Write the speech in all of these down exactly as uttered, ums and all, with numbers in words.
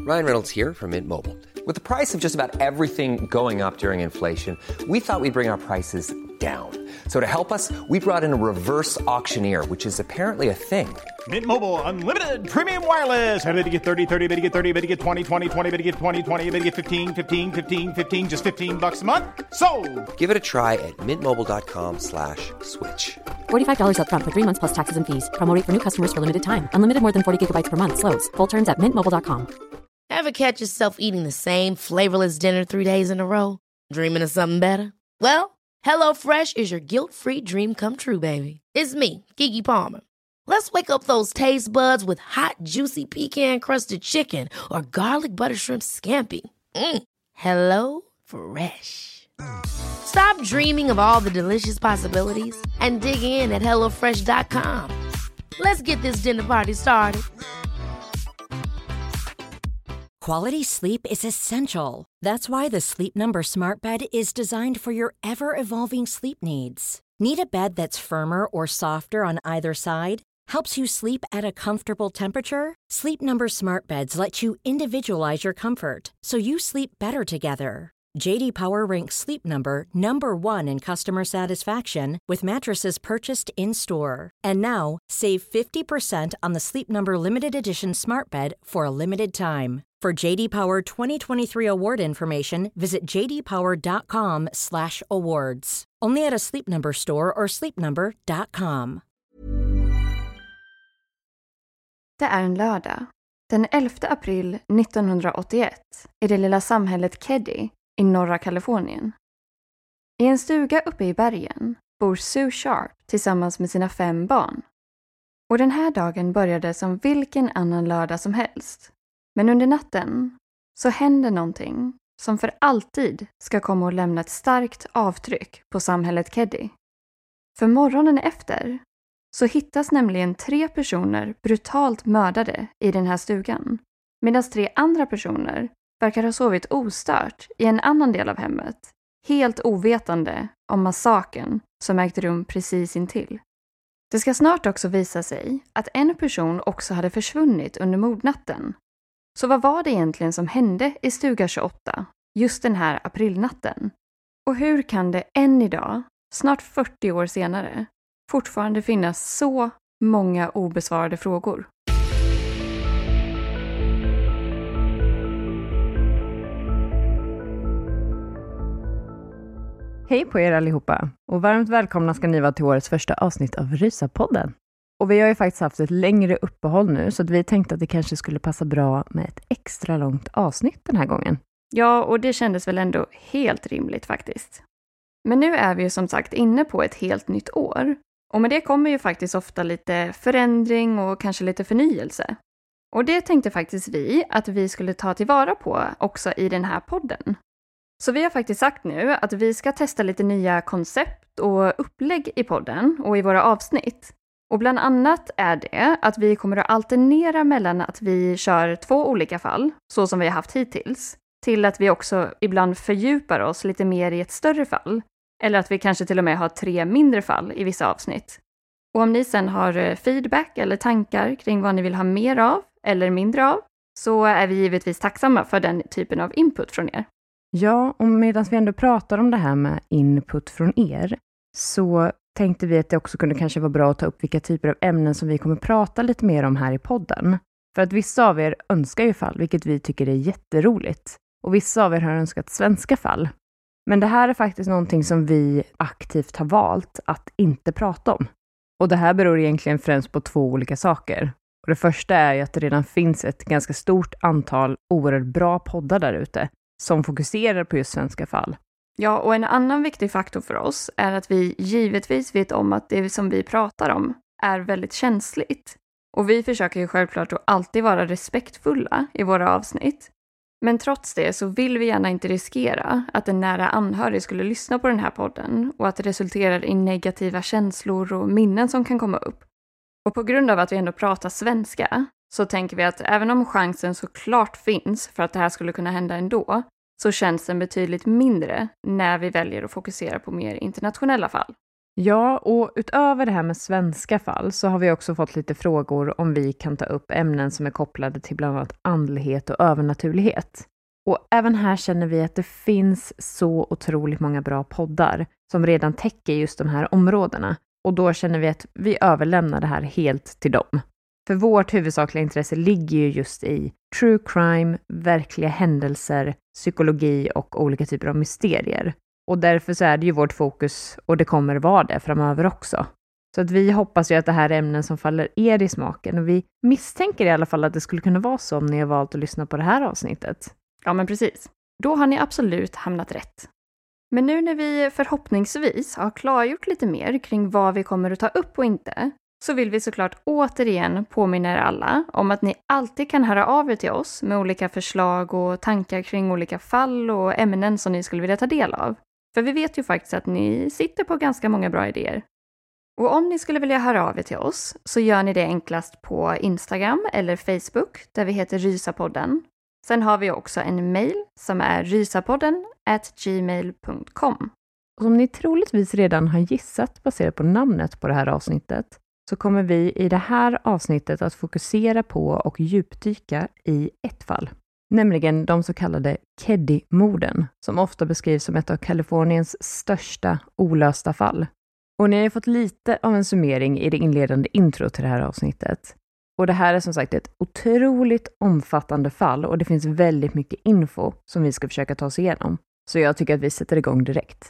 Ryan Reynolds here from Mint Mobile. With the price of just about everything going up during inflation, we thought we'd bring our prices down. So to help us, we brought in a reverse auctioneer, which is apparently a thing. Mint Mobile Unlimited Premium Wireless. How to get thirty, thirty, how to get thirty, how to get twenty, twenty, twenty, how to get twenty, twenty, how to get fifteen, fifteen, fifteen, fifteen, just fifteen bucks a month? Sold! Give it a try at mintmobile.com slash switch. forty-five dollars up front for three months plus taxes and fees. Promo rate for new customers for limited time. Unlimited more than forty gigabytes per month. Slows full terms at mint mobile dot com. Ever catch yourself eating the same flavorless dinner three days in a row? Dreaming of something better? Well, HelloFresh is your guilt-free dream come true, baby. It's me, Keke Palmer. Let's wake up those taste buds with hot, juicy pecan-crusted chicken or garlic butter shrimp scampi. Mm. Hello Fresh. Stop dreaming of all the delicious possibilities and dig in at hello fresh dot com. Let's get this dinner party started. Quality sleep is essential. That's why the Sleep Number Smart Bed is designed for your ever-evolving sleep needs. Need a bed that's firmer or softer on either side? Helps you sleep at a comfortable temperature? Sleep Number Smart Beds let you individualize your comfort so you sleep better together. J D Power ranks Sleep Number number one in customer satisfaction with mattresses purchased in-store. And now, save fifty percent on the Sleep Number Limited Edition Smart Bed for a limited time. For J D Power twenty twenty-three award information, visit j d power dot com slash awards. Only at a Sleep Number store or sleep number dot com. Det är en lördag. Den elfte april nittonhundraåttioett i det lilla samhället Keddie i norra Kalifornien. I en stuga uppe i bergen bor Sue Sharp tillsammans med sina fem barn. Och den här dagen började som vilken annan lördag som helst. Men under natten så händer någonting som för alltid ska komma att lämna ett starkt avtryck på samhället Keddie. För morgonen efter så hittas nämligen tre personer brutalt mördade i den här stugan. Medan tre andra personer verkar ha sovit ostört i en annan del av hemmet. Helt ovetande om massakern som ägt rum precis intill. Det ska snart också visa sig att en person också hade försvunnit under mordnatten. Så vad var det egentligen som hände i stuga tjugoåtta just den här aprilnatten? Och hur kan det än idag, snart fyrtio år senare, fortfarande finnas så många obesvarade frågor? Hej på er allihopa och varmt välkomna ska ni vara till årets första avsnitt av Rysapodden. Och vi har ju faktiskt haft ett längre uppehåll nu så att vi tänkte att det kanske skulle passa bra med ett extra långt avsnitt den här gången. Ja, och det kändes väl ändå helt rimligt faktiskt. Men nu är vi ju som sagt inne på ett helt nytt år. Och med det kommer ju faktiskt ofta lite förändring och kanske lite förnyelse. Och det tänkte faktiskt vi att vi skulle ta tillvara på också i den här podden. Så vi har faktiskt sagt nu att vi ska testa lite nya koncept och upplägg i podden och i våra avsnitt. Och bland annat är det att vi kommer att alternera mellan att vi kör två olika fall, så som vi har haft hittills, till att vi också ibland fördjupar oss lite mer i ett större fall. Eller att vi kanske till och med har tre mindre fall i vissa avsnitt. Och om ni sen har feedback eller tankar kring vad ni vill ha mer av eller mindre av, så är vi givetvis tacksamma för den typen av input från er. Ja, och medan vi ändå pratar om det här med input från er så tänkte vi att det också kunde kanske vara bra att ta upp vilka typer av ämnen som vi kommer prata lite mer om här i podden. För att vissa av er önskar ju fall, vilket vi tycker är jätteroligt. Och vissa av er har önskat svenska fall. Men det här är faktiskt någonting som vi aktivt har valt att inte prata om. Och det här beror egentligen främst på två olika saker. Och det första är ju att det redan finns ett ganska stort antal oerhört bra poddar där ute som fokuserar på just svenska fall. Ja, och en annan viktig faktor för oss är att vi givetvis vet om att det som vi pratar om är väldigt känsligt. Och vi försöker ju självklart att alltid vara respektfulla i våra avsnitt. Men trots det så vill vi gärna inte riskera att en nära anhörig skulle lyssna på den här podden och att det resulterar i negativa känslor och minnen som kan komma upp. Och på grund av att vi ändå pratar svenska så tänker vi att även om chansen såklart finns för att det här skulle kunna hända ändå, så känns den betydligt mindre när vi väljer att fokusera på mer internationella fall. Ja, och utöver det här med svenska fall så har vi också fått lite frågor om vi kan ta upp ämnen som är kopplade till bland annat andlighet och övernaturlighet. Och även här känner vi att det finns så otroligt många bra poddar som redan täcker just de här områdena. Och då känner vi att vi överlämnar det här helt till dem. För vårt huvudsakliga intresse ligger ju just i true crime, verkliga händelser, psykologi och olika typer av mysterier. Och därför så är det ju vårt fokus och det kommer vara det framöver också. Så att vi hoppas ju att det här är ämnen som faller er i smaken. Och vi misstänker i alla fall att det skulle kunna vara så om ni har valt att lyssna på det här avsnittet. Ja, men precis. Då har ni absolut hamnat rätt. Men nu när vi förhoppningsvis har klargjort lite mer kring vad vi kommer att ta upp och inte, så vill vi såklart återigen påminna er alla om att ni alltid kan höra av er till oss med olika förslag och tankar kring olika fall och ämnen som ni skulle vilja ta del av. För vi vet ju faktiskt att ni sitter på ganska många bra idéer. Och om ni skulle vilja höra av er till oss så gör ni det enklast på Instagram eller Facebook där vi heter Rysapodden. Sen har vi också en mail som är rysapodden at gmail punkt com. Som ni troligtvis redan har gissat baserat på namnet på det här avsnittet så kommer vi i det här avsnittet att fokusera på och djupdyka i ett fall. Nämligen de så kallade Keddie-morden som ofta beskrivs som ett av Kaliforniens största olösta fall. Och ni har fått lite av en summering i det inledande intro till det här avsnittet. Och det här är som sagt ett otroligt omfattande fall och det finns väldigt mycket info som vi ska försöka ta oss igenom. Så jag tycker att vi sätter igång direkt.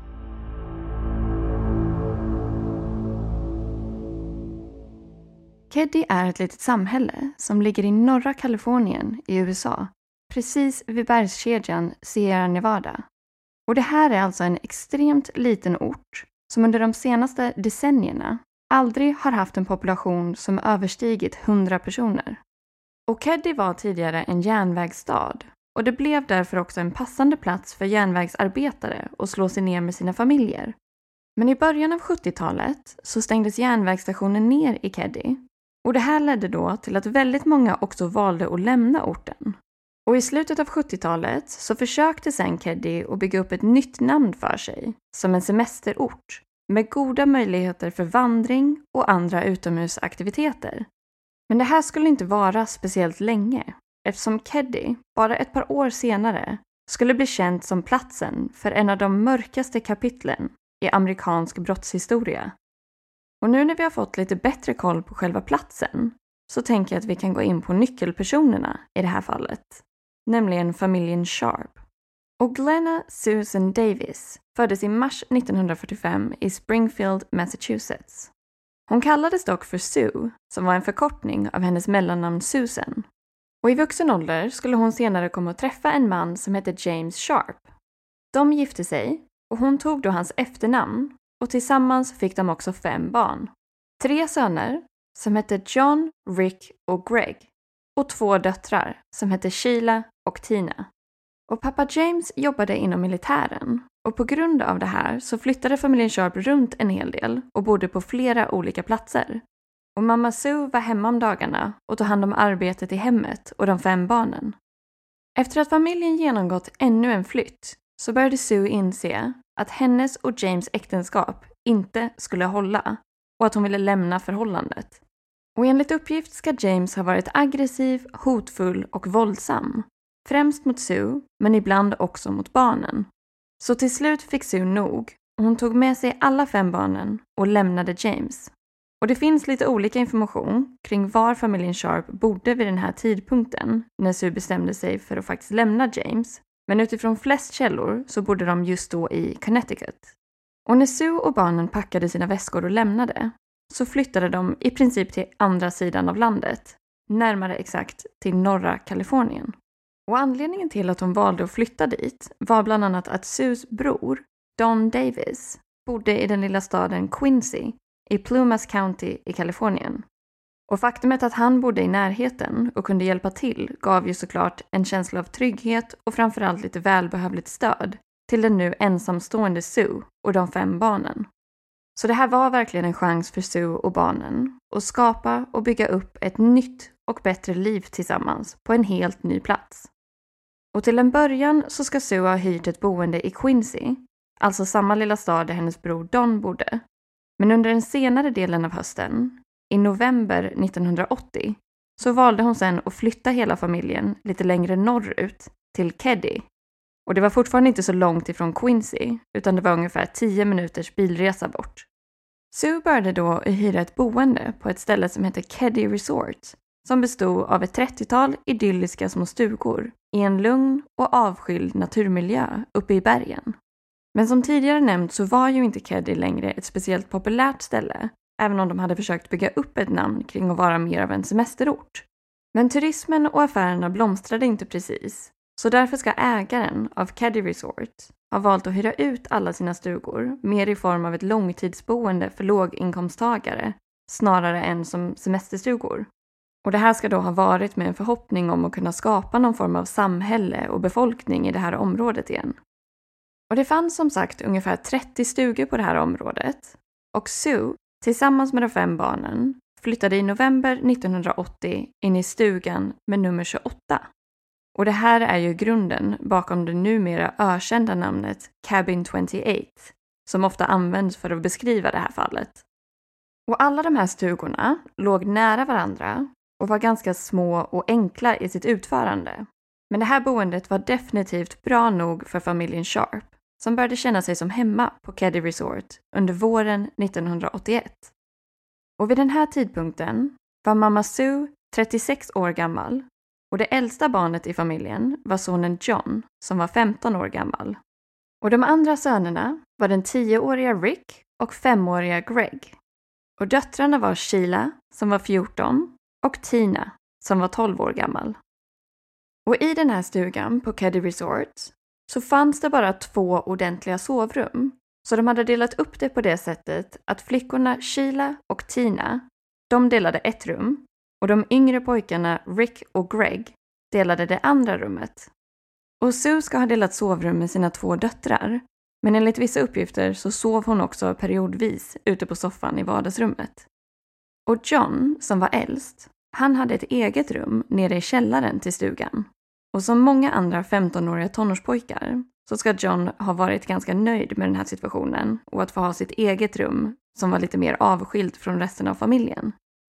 Keddie är ett litet samhälle som ligger i norra Kalifornien i U S A, precis vid bergskedjan Sierra Nevada. Och det här är alltså en extremt liten ort som under de senaste decennierna aldrig har haft en population som överstigit hundra personer. Och Keddie var tidigare en järnvägsstad och det blev därför också en passande plats för järnvägsarbetare att slå sig ner med sina familjer. Men i början av sjuttiotalet så stängdes järnvägsstationen ner i Keddie och det här ledde då till att väldigt många också valde att lämna orten. Och i slutet av sjuttiotalet så försökte sen Keddie att bygga upp ett nytt namn för sig som en semesterort med goda möjligheter för vandring och andra utomhusaktiviteter. Men det här skulle inte vara speciellt länge eftersom Keddie bara ett par år senare skulle bli känd som platsen för en av de mörkaste kapitlen i amerikansk brottshistoria. Och nu när vi har fått lite bättre koll på själva platsen så tänker jag att vi kan gå in på nyckelpersonerna i det här fallet, nämligen familjen Sharp. Och Glenna Susan Davis föddes i mars nittonhundrafyrtiofem i Springfield, Massachusetts. Hon kallades dock för Sue, som var en förkortning av hennes mellannamn Susan. Och i vuxen ålder skulle hon senare komma att träffa en man som hette James Sharp. De gifte sig och hon tog då hans efternamn och tillsammans fick de också fem barn. Tre söner som hette John, Rick och Greg och två döttrar som hette Sheila och Tina. Och pappa James jobbade inom militären och på grund av det här så flyttade familjen Sharp runt en hel del och bodde på flera olika platser. Och mamma Sue var hemma om dagarna och tog hand om arbetet i hemmet och de fem barnen. Efter att familjen genomgått ännu en flytt så började Sue inse att hennes och James äktenskap inte skulle hålla och att hon ville lämna förhållandet. Och enligt uppgift ska James ha varit aggressiv, hotfull och våldsam. Främst mot Sue, men ibland också mot barnen. Så till slut fick Sue nog och hon tog med sig alla fem barnen och lämnade James. Och det finns lite olika information kring var familjen Sharp bodde vid den här tidpunkten när Sue bestämde sig för att faktiskt lämna James. Men utifrån flest källor så bodde de just då i Connecticut. Och när Sue och barnen packade sina väskor och lämnade så flyttade de i princip till andra sidan av landet, närmare exakt till norra Kalifornien. Och anledningen till att hon valde att flytta dit var bland annat att Sues bror, Don Davis, bodde i den lilla staden Quincy i Plumas County i Kalifornien. Och faktumet att han bodde i närheten och kunde hjälpa till gav ju såklart en känsla av trygghet och framförallt lite välbehövligt stöd till den nu ensamstående Sue och de fem barnen. Så det här var verkligen en chans för Sue och barnen att skapa och bygga upp ett nytt och bättre liv tillsammans på en helt ny plats. Och till en början så ska Sue ha hyrt ett boende i Quincy alltså samma lilla stad där hennes bror Don bodde. Men under den senare delen av hösten, i november nittonhundraåttio, så valde hon sen att flytta hela familjen lite längre norrut till Keddie. Och det var fortfarande inte så långt ifrån Quincy, utan det var ungefär tio minuters bilresa bort. Sue började då hyra ett boende på ett ställe som heter Keddie Resort, som bestod av ett trettiotal idylliska små stugor i en lugn och avskild naturmiljö uppe i bergen. Men som tidigare nämnt så var ju inte Keddie längre ett speciellt populärt ställe, även om de hade försökt bygga upp ett namn kring att vara mer av en semesterort. Men turismen och affärerna blomstrade inte precis, så därför ska ägaren av Keddie Resort ha valt att hyra ut alla sina stugor mer i form av ett långtidsboende för låginkomsttagare snarare än som semesterstugor. Och det här ska då ha varit med en förhoppning om att kunna skapa någon form av samhälle och befolkning i det här området igen. Och det fanns som sagt ungefär trettio stugor på det här området, och Sue, tillsammans med de fem barnen, flyttade i november nittonhundraåttio in i stugan med nummer tjugoåtta. Och det här är ju grunden bakom det numera ökända namnet Cabin tjugoåtta, som ofta används för att beskriva det här fallet. Och alla de här stugorna låg nära varandra och var ganska små och enkla i sitt utförande. Men det här boendet var definitivt bra nog för familjen Sharp, som började känna sig som hemma på Keddie Resort under våren nittonhundraåttioett. Och vid den här tidpunkten var mamma Sue trettiosex år gammal, och det äldsta barnet i familjen var sonen John, som var femton år gammal. Och de andra sönerna var den tioåriga Rick och femåriga Greg. Och döttrarna var Sheila, som var fjorton, och Tina, som var tolv år gammal. Och i den här stugan på Keddie Resort så fanns det bara två ordentliga sovrum. Så de hade delat upp det på det sättet att flickorna Sheila och Tina, de delade ett rum. Och de yngre pojkarna Rick och Greg delade det andra rummet. Och Sue ska ha delat sovrum med sina två döttrar. Men enligt vissa uppgifter så sov hon också periodvis ute på soffan i vardagsrummet. Och John, som var äldst, han hade ett eget rum nere i källaren till stugan. Och som många andra femtonåriga tonårspojkar så ska John ha varit ganska nöjd med den här situationen och att få ha sitt eget rum som var lite mer avskilt från resten av familjen.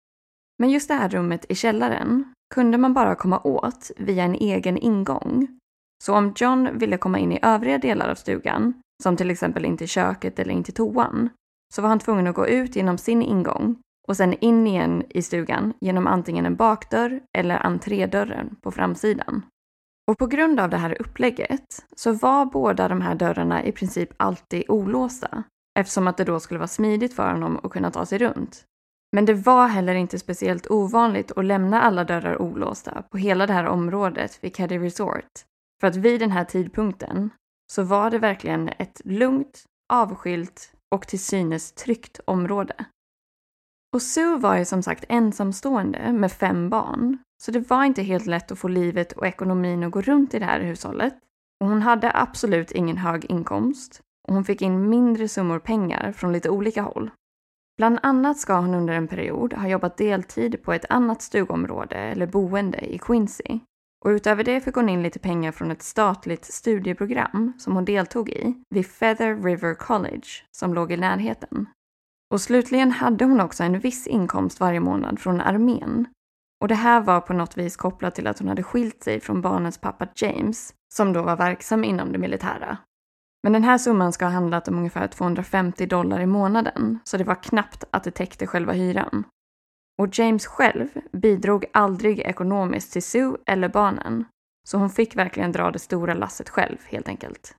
Men just det här rummet i källaren kunde man bara komma åt via en egen ingång. Så om John ville komma in i övriga delar av stugan, som till exempel in till köket eller in till toan, så var han tvungen att gå ut genom sin ingång och sen in igen i stugan genom antingen en bakdörr eller entrédörren på framsidan. Och på grund av det här upplägget så var båda de här dörrarna i princip alltid olåsta, eftersom att det då skulle vara smidigt för honom att kunna ta sig runt. Men det var heller inte speciellt ovanligt att lämna alla dörrar olåsta på hela det här området vid Keddie Resort. För att vid den här tidpunkten så var det verkligen ett lugnt, avskilt och till synes tryggt område. Och Sue var ju som sagt ensamstående med fem barn. Så det var inte helt lätt att få livet och ekonomin att gå runt i det här hushållet. Och hon hade absolut ingen hög inkomst. Och hon fick in mindre summor pengar från lite olika håll. Bland annat ska hon under en period ha jobbat deltid på ett annat stugområde eller boende i Quincy. Och utöver det fick hon in lite pengar från ett statligt studieprogram som hon deltog i vid Feather River College som låg i närheten. Och slutligen hade hon också en viss inkomst varje månad från armén. Och det här var på något vis kopplat till att hon hade skilt sig från barnens pappa James, som då var verksam inom det militära. Men den här summan ska ha handlat om ungefär tvåhundrafemtio dollar i månaden, så det var knappt att det täckte själva hyran. Och James själv bidrog aldrig ekonomiskt till Sue eller barnen, så hon fick verkligen dra det stora lasset själv helt enkelt.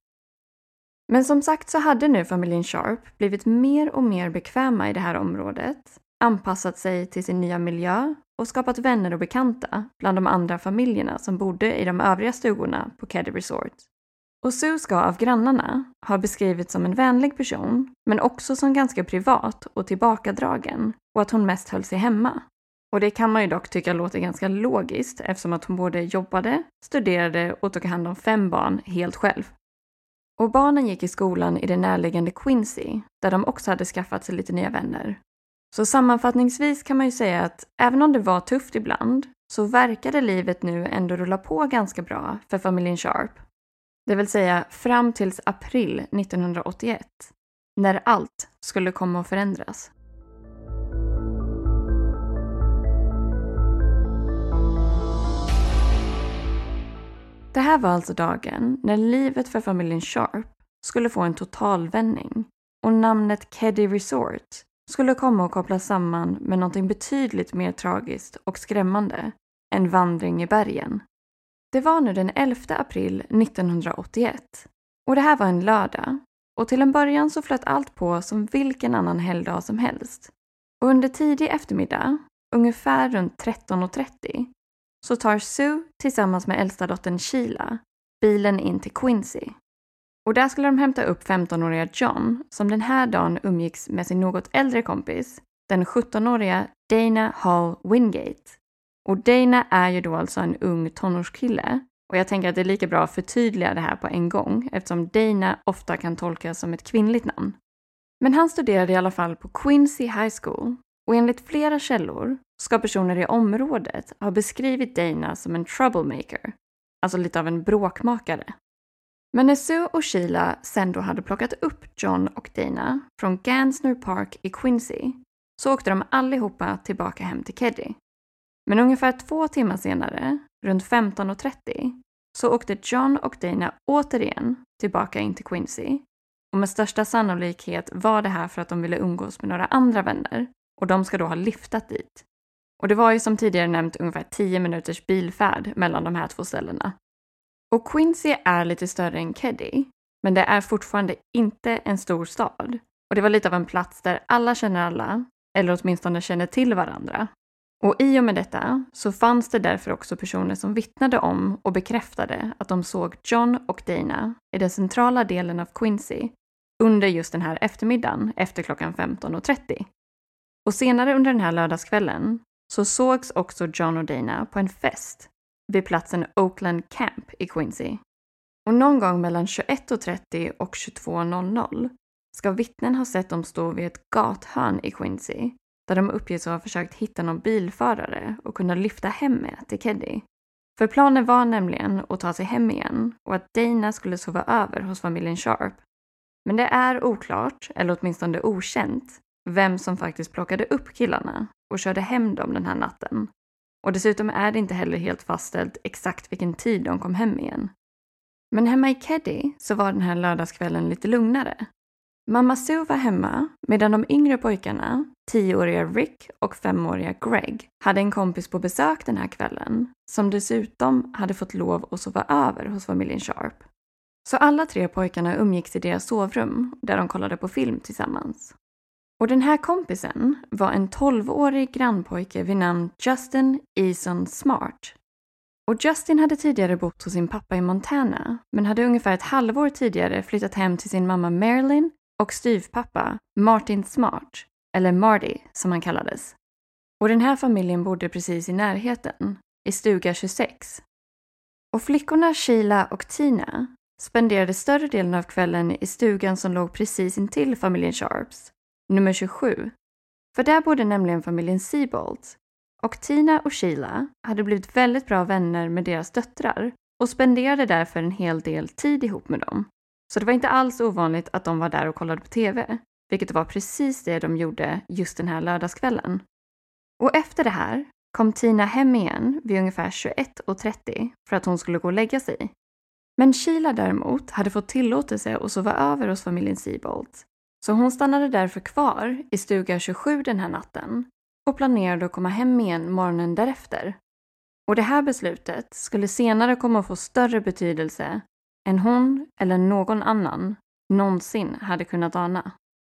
Men som sagt så hade nu familjen Sharp blivit mer och mer bekväma i det här området, anpassat sig till sin nya miljö och skapat vänner och bekanta bland de andra familjerna som bodde i de övriga stugorna på Keddie Resort. Och Sue ska av grannarna ha beskrivits som en vänlig person, men också som ganska privat och tillbakadragen, och att hon mest höll sig hemma. Och det kan man ju dock tycka låter ganska logiskt eftersom att hon både jobbade, studerade och tog hand om fem barn helt själv. Och barnen gick i skolan i det närliggande Quincy, där de också hade skaffat sig lite nya vänner. Så sammanfattningsvis kan man ju säga att även om det var tufft ibland så verkade livet nu ändå rulla på ganska bra för familjen Sharp. Det vill säga fram tills april nittonhundraåttioett, när allt skulle komma att förändras. Det här var alltså dagen när livet för familjen Sharp skulle få en totalvändning och namnet Keddy Resort skulle komma att kopplas samman med något betydligt mer tragiskt och skrämmande än vandring i bergen. Det var nu den elfte april nittonhundraåttioett och det här var en lördag och till en början så flöt allt på som vilken annan helgdag som helst. Och under tidig eftermiddag, ungefär runt tretton och trettio, så tar Sue tillsammans med äldsta dottern Sheila bilen in till Quincy. Och där skulle de hämta upp femtonåriga John som den här dagen umgicks med sin något äldre kompis, den sjuttonåriga Dana Hall Wingate. Och Dana är ju då alltså en ung tonårskille. Och jag tänker att det är lika bra att förtydliga det här på en gång eftersom Dana ofta kan tolkas som ett kvinnligt namn. Men han studerade i alla fall på Quincy High School och enligt flera källor ska personer i området ha beskrivit Dana som en troublemaker, alltså lite av en bråkmakare. Men när Sue och Sheila sen då hade plockat upp John och Dana från Gansner Park i Quincy så åkte de allihopa tillbaka hem till Keddy. Men ungefär två timmar senare, runt femton och trettio, så åkte John och Dana återigen tillbaka in till Quincy. Och med största sannolikhet var det här för att de ville umgås med några andra vänner och de ska då ha liftat dit. Och det var ju som tidigare nämnt ungefär tio minuters bilfärd mellan de här två ställena. Och Quincy är lite större än Keddy, men det är fortfarande inte en stor stad. Och det var lite av en plats där alla känner alla, eller åtminstone känner till varandra. Och i och med detta så fanns det därför också personer som vittnade om och bekräftade att de såg John och Dana i den centrala delen av Quincy under just den här eftermiddagen efter klockan femton och trettio. Och senare under den här lördagskvällen så sågs också John och Dana på en fest vid platsen Oakland Camp i Quincy. Och någon gång mellan tjugoett och trettio och tjugotvå noll noll ska vittnen ha sett dem stå vid ett gathörn i Quincy där de uppges ha försökt hitta någon bilförare och kunna lyfta hem med till Keddy. För planen var nämligen att ta sig hem igen och att Dana skulle sova över hos familjen Sharp. Men det är oklart, eller åtminstone okänt, vem som faktiskt plockade upp killarna och körde hem dem den här natten. Och dessutom är det inte heller helt fastställt exakt vilken tid de kom hem igen. Men hemma i Keddy så var den här lördagskvällen lite lugnare. Mamma Sue var hemma medan de yngre pojkarna, tioåriga Rick och femåriga Greg, hade en kompis på besök den här kvällen som dessutom hade fått lov att sova över hos familjen Sharp. Så alla tre pojkarna umgicks i deras sovrum där de kollade på film tillsammans. Och den här kompisen var en tolvårig grannpojke vid namn Justin Eason Smart. Och Justin hade tidigare bott hos sin pappa i Montana men hade ungefär ett halvår tidigare flyttat hem till sin mamma Marilyn och styvpappa Martin Smart, eller Marty som han kallades. Och den här familjen bodde precis i närheten, i stuga tjugosex. Och flickorna Sheila och Tina spenderade större delen av kvällen i stugan som låg precis intill familjen Sharps, nummer tjugosju. För där bodde nämligen familjen Seabolt. Och Tina och Sheila hade blivit väldigt bra vänner med deras döttrar och spenderade därför en hel del tid ihop med dem. Så det var inte alls ovanligt att de var där och kollade på tv, vilket var precis det de gjorde just den här lördagskvällen. Och efter det här kom Tina hem igen vid ungefär tjugoett och trettio för att hon skulle gå och lägga sig. Men Sheila däremot hade fått tillåtelse att sova över hos familjen Seabolt. Så hon stannade därför kvar i stuga tjugosju den här natten och planerade att komma hem igen morgonen därefter. Och det här beslutet skulle senare komma att få större betydelse än hon eller någon annan någonsin hade kunnat ana.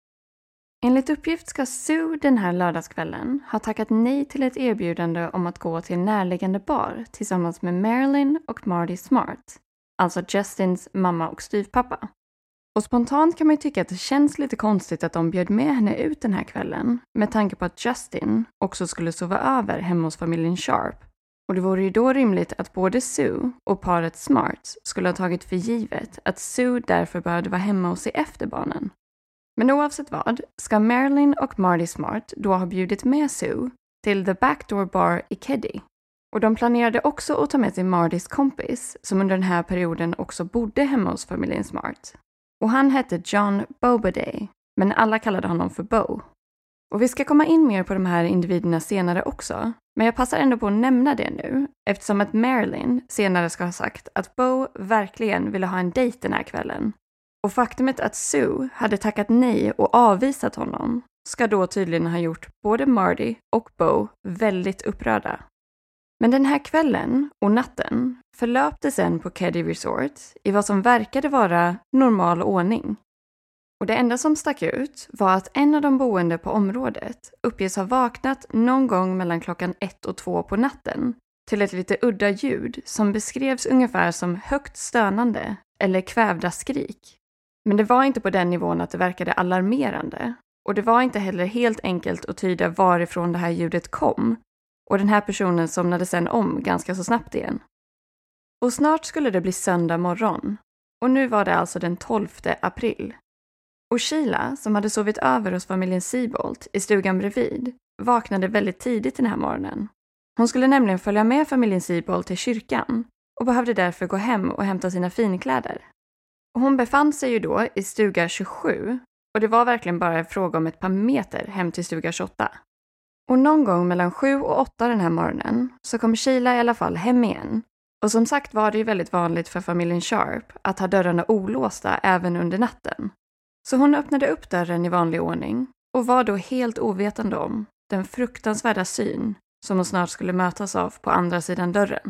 Enligt uppgift ska Sue den här lördagskvällen ha tackat nej till ett erbjudande om att gå till en närliggande bar tillsammans med Marilyn och Marty Smart, alltså Justins mamma och styvpappa. Och spontant kan man ju tycka att det känns lite konstigt att de bjöd med henne ut den här kvällen med tanke på att Justin också skulle sova över hemma hos familjen Sharp. Och det vore ju då rimligt att både Sue och paret Smart skulle ha tagit för givet att Sue därför behövde vara hemma och se efter barnen. Men oavsett vad ska Marilyn och Marty Smart då ha bjudit med Sue till The Backdoor Bar i Keddy. Och de planerade också att ta med sig Martys kompis som under den här perioden också bodde hemma hos familjen Smart. Och han hette John Bobaday, men alla kallade honom för Bo. Och vi ska komma in mer på de här individerna senare också, men jag passar ändå på att nämna det nu eftersom att Marilyn senare ska ha sagt att Bo verkligen ville ha en dejt den här kvällen. Och faktumet att Sue hade tackat nej och avvisat honom ska då tydligen ha gjort både Marty och Bo väldigt upprörda. Men den här kvällen och natten förlöpte sen på Keddy Resort i vad som verkade vara normal ordning. Och det enda som stack ut var att en av de boende på området uppges ha vaknat någon gång mellan klockan ett och två på natten till ett lite udda ljud som beskrevs ungefär som högt stönande eller kvävda skrik. Men det var inte på den nivån att det verkade alarmerande och det var inte heller helt enkelt att tyda varifrån det här ljudet kom och den här personen somnade sen om ganska så snabbt igen. Och snart skulle det bli söndag morgon och nu var det alltså den tolfte april. Och Sheila, som hade sovit över hos familjen Seabolt i stugan bredvid, vaknade väldigt tidigt den här morgonen. Hon skulle nämligen följa med familjen Seabolt till kyrkan och behövde därför gå hem och hämta sina finkläder. Och hon befann sig ju då i stuga tjugosju och det var verkligen bara en fråga om ett par meter hem till stuga tjugoåtta. Och någon gång mellan sju och åtta den här morgonen så kom Sheila i alla fall hem igen. Och som sagt var det ju väldigt vanligt för familjen Sharp att ha dörrarna olåsta även under natten. Så hon öppnade upp dörren i vanlig ordning och var då helt ovetande om den fruktansvärda syn som hon snart skulle mötas av på andra sidan dörren.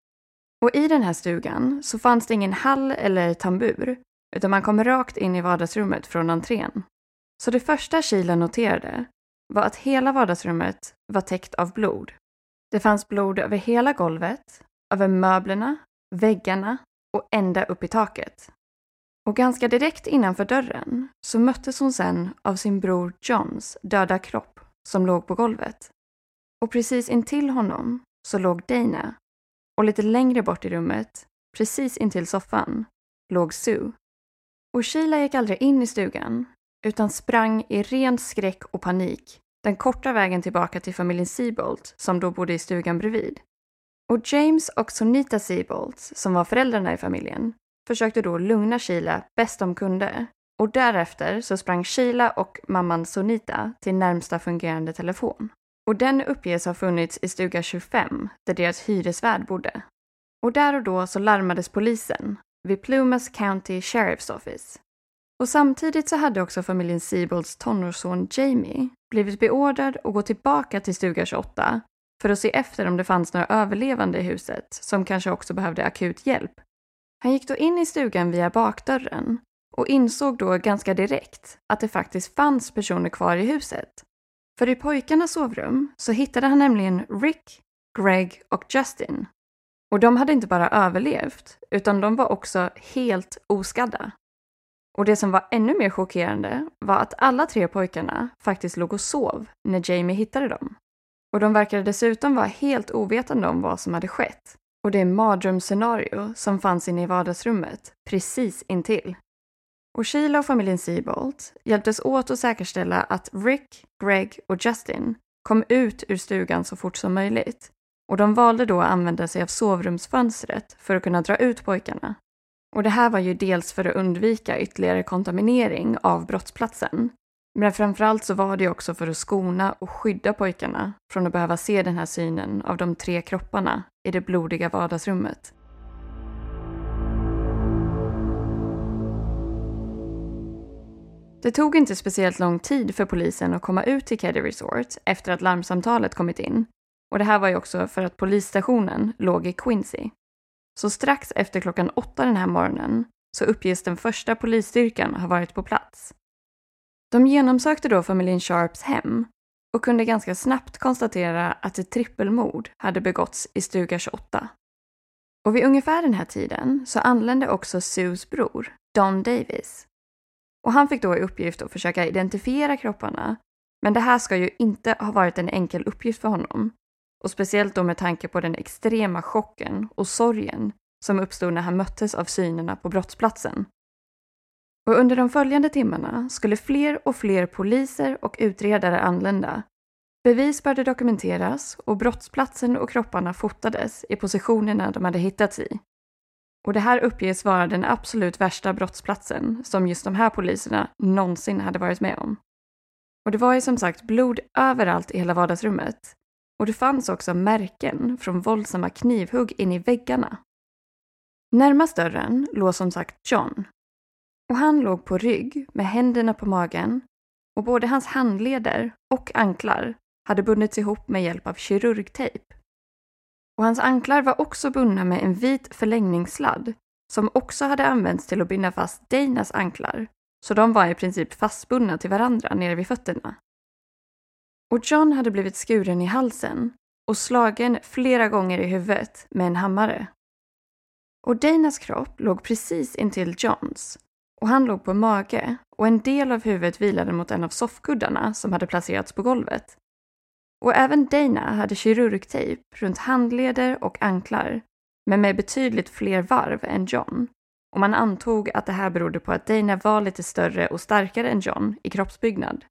Och i den här stugan så fanns det ingen hall eller tambur utan man kom rakt in i vardagsrummet från entrén. Så det första Sheila noterade var att hela vardagsrummet var täckt av blod. Det fanns blod över hela golvet, över möblerna, väggarna och ända upp i taket. Och ganska direkt innanför dörren så möttes hon sen av sin bror Johns döda kropp som låg på golvet. Och precis intill honom så låg Dana och lite längre bort i rummet, precis intill soffan, låg Sue. Och Sheila gick aldrig in i stugan utan sprang i ren skräck och panik den korta vägen tillbaka till familjen Seabolt som då bodde i stugan bredvid. Och James och Sonita Seabolt, som var föräldrarna i familjen, försökte då lugna Sheila bäst de kunde och därefter så sprang Sheila och mamman Sonita till närmsta fungerande telefon. Och den uppges ha funnits i stuga tjugofem där deras hyresvärd bodde. Och där och då så larmades polisen vid Plumas County Sheriff's Office. Och samtidigt så hade också familjen Seabolts tonårsson Jamie blivit beordrad att gå tillbaka till stuga tjugoåtta för att se efter om det fanns några överlevande i huset som kanske också behövde akut hjälp. Han gick då in i stugan via bakdörren och insåg då ganska direkt att det faktiskt fanns personer kvar i huset. För i pojkarnas sovrum så hittade han nämligen Rick, Greg och Justin. Och de hade inte bara överlevt utan de var också helt oskadda. Och det som var ännu mer chockerande var att alla tre pojkarna faktiskt låg och sov när Jamie hittade dem. Och de verkade dessutom vara helt ovetande om vad som hade skett. Och det mardrömsscenario som fanns inne i vardagsrummet precis intill. Och Sheila och familjen Seabolt hjälptes åt att säkerställa att Rick, Greg och Justin kom ut ur stugan så fort som möjligt. Och de valde då att använda sig av sovrumsfönstret för att kunna dra ut pojkarna. Och det här var ju dels för att undvika ytterligare kontaminering av brottsplatsen. Men framförallt så var det också för att skona och skydda pojkarna från att behöva se den här synen av de tre kropparna i det blodiga vardagsrummet. Det tog inte speciellt lång tid för polisen att komma ut till Keddy Resort efter att larmsamtalet kommit in. Och det här var ju också för att polisstationen låg i Quincy. Så strax efter klockan åtta den här morgonen så uppges den första polisstyrkan ha varit på plats. De genomsökte då familjen Sharps hem och kunde ganska snabbt konstatera att ett trippelmord hade begåtts i stuga tjugoåtta. Och vid ungefär den här tiden så anlände också Sues bror, Don Davis. Och han fick då i uppgift att försöka identifiera kropparna, men det här ska ju inte ha varit en enkel uppgift för honom. Och speciellt då med tanke på den extrema chocken och sorgen som uppstod när han möttes av synerna på brottsplatsen. Och under de följande timmarna skulle fler och fler poliser och utredare anlända. Bevis började dokumenteras och brottsplatsen och kropparna fotades i positionerna de hade hittats i. Och det här uppges vara den absolut värsta brottsplatsen som just de här poliserna någonsin hade varit med om. Och det var ju som sagt blod överallt i hela vardagsrummet. Och det fanns också märken från våldsamma knivhugg in i väggarna. Närmast dörren låg som sagt John. Och han låg på rygg med händerna på magen. Och både hans handleder och anklar hade bundits ihop med hjälp av kirurgtejp. Och hans anklar var också bundna med en vit förlängningssladd som också hade använts till att binda fast Danas anklar. Så de var i princip fastbundna till varandra nere vid fötterna. Och John hade blivit skuren i halsen och slagen flera gånger i huvudet med en hammare. Och Danas kropp låg precis intill Johns och han låg på mage och en del av huvudet vilade mot en av soffkuddarna som hade placerats på golvet. Och även Dana hade kirurgtejp runt handleder och anklar, men med betydligt fler varv än John. Och man antog att det här berodde på att Dana var lite större och starkare än John i kroppsbyggnad.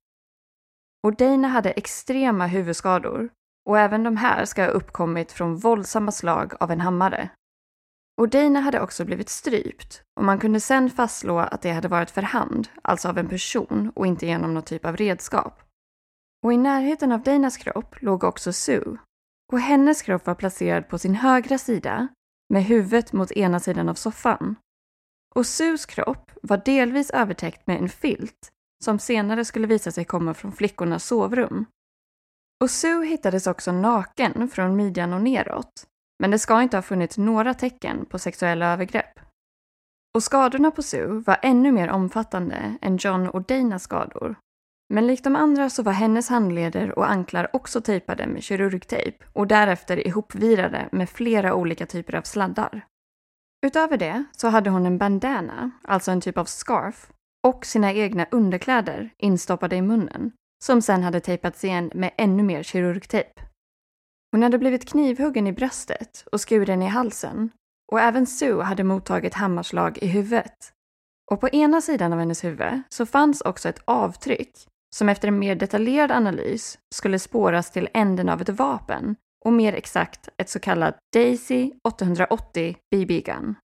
Och Dana hade extrema huvudskador, och även de här ska ha uppkommit från våldsamma slag av en hammare. Och Dana hade också blivit strypt, och man kunde sen fastslå att det hade varit för hand, alltså av en person och inte genom någon typ av redskap. Och i närheten av Danas kropp låg också Sue, och hennes kropp var placerad på sin högra sida med huvudet mot ena sidan av soffan. Och Sues kropp var delvis övertäckt med en filt som senare skulle visa sig komma från flickornas sovrum. Och Sue hittades också naken från midjan och neråt, men det ska inte ha funnits några tecken på sexuella övergrepp. Och skadorna på Sue var ännu mer omfattande än John och Danas skador. Men likt de andra så var hennes handleder och anklar också tejpade med kirurgtejp och därefter ihopvirade med flera olika typer av sladdar. Utöver det så hade hon en bandana, alltså en typ av scarf, och sina egna underkläder instoppade i munnen, som sen hade tejpats igen med ännu mer kirurgtejp. Hon hade blivit knivhuggen i bröstet och skuren i halsen, och även Sue hade mottagit hammarslag i huvudet. Och på ena sidan av hennes huvud så fanns också ett avtryck som efter en mer detaljerad analys skulle spåras till änden av ett vapen, och mer exakt ett så kallat Daisy åttahundraåttio B B-gun.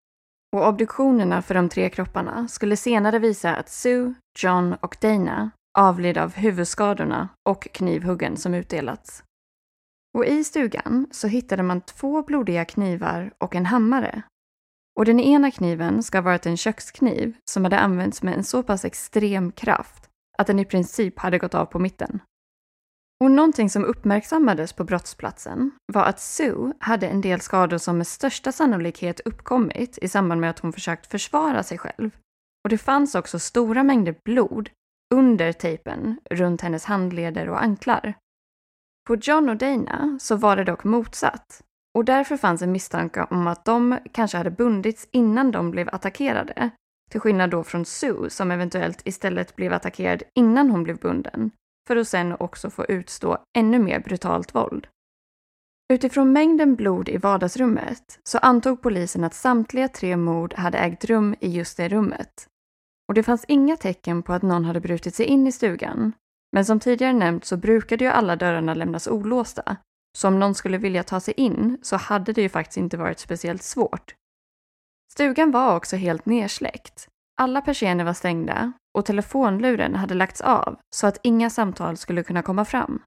Och obduktionerna för de tre kropparna skulle senare visa att Sue, John och Dana avled av huvudskadorna och knivhuggen som utdelats. Och i stugan så hittade man två blodiga knivar och en hammare. Och den ena kniven ska ha varit en kökskniv som hade använts med en så pass extrem kraft att den i princip hade gått av på mitten. Och någonting som uppmärksammades på brottsplatsen var att Sue hade en del skador som med största sannolikhet uppkommit i samband med att hon försökt försvara sig själv. Och det fanns också stora mängder blod under tejpen runt hennes handleder och anklar. På John och Dana så var det dock motsatt. Och därför fanns en misstanke om att de kanske hade bundits innan de blev attackerade. Till skillnad då från Sue som eventuellt istället blev attackerad innan hon blev bunden. För att sen också få utstå ännu mer brutalt våld. Utifrån mängden blod i vardagsrummet så antog polisen att samtliga tre mord hade ägt rum i just det rummet. Och det fanns inga tecken på att någon hade brutit sig in i stugan. Men som tidigare nämnt så brukade ju alla dörrarna lämnas olåsta. Så om någon skulle vilja ta sig in så hade det ju faktiskt inte varit speciellt svårt. Stugan var också helt nersläckt. Alla persienner var stängda och telefonluren hade lagts av så att inga samtal skulle kunna komma fram.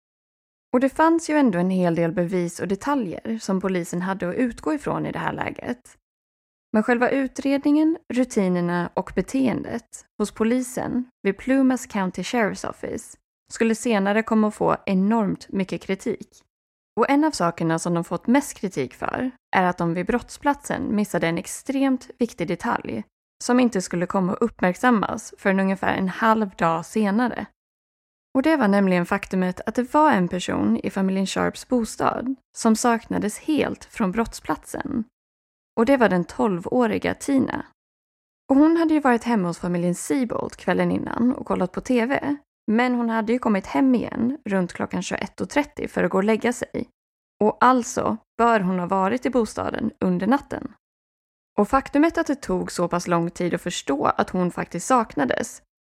Och det fanns ju ändå en hel del bevis och detaljer som polisen hade att utgå ifrån i det här läget. Men själva utredningen, rutinerna och beteendet hos polisen vid Plumas County Sheriff's Office skulle senare komma att få enormt mycket kritik. Och en av sakerna som de fått mest kritik för är att de vid brottsplatsen missade en extremt viktig detalj som inte skulle komma att uppmärksammas förrän ungefär en halv dag senare. Och det var nämligen faktumet att det var en person i familjen Sharps bostad som saknades helt från brottsplatsen. Och det var den tolvåriga Tina. Och hon hade ju varit hemma hos familjen Seabolt kvällen innan och kollat på tv. Men hon hade ju kommit hem igen runt klockan tjugoett och trettio för att gå och lägga sig. Och alltså bör hon ha varit i bostaden under natten. Och faktumet att det tog så pass lång tid att förstå att hon faktiskt saknades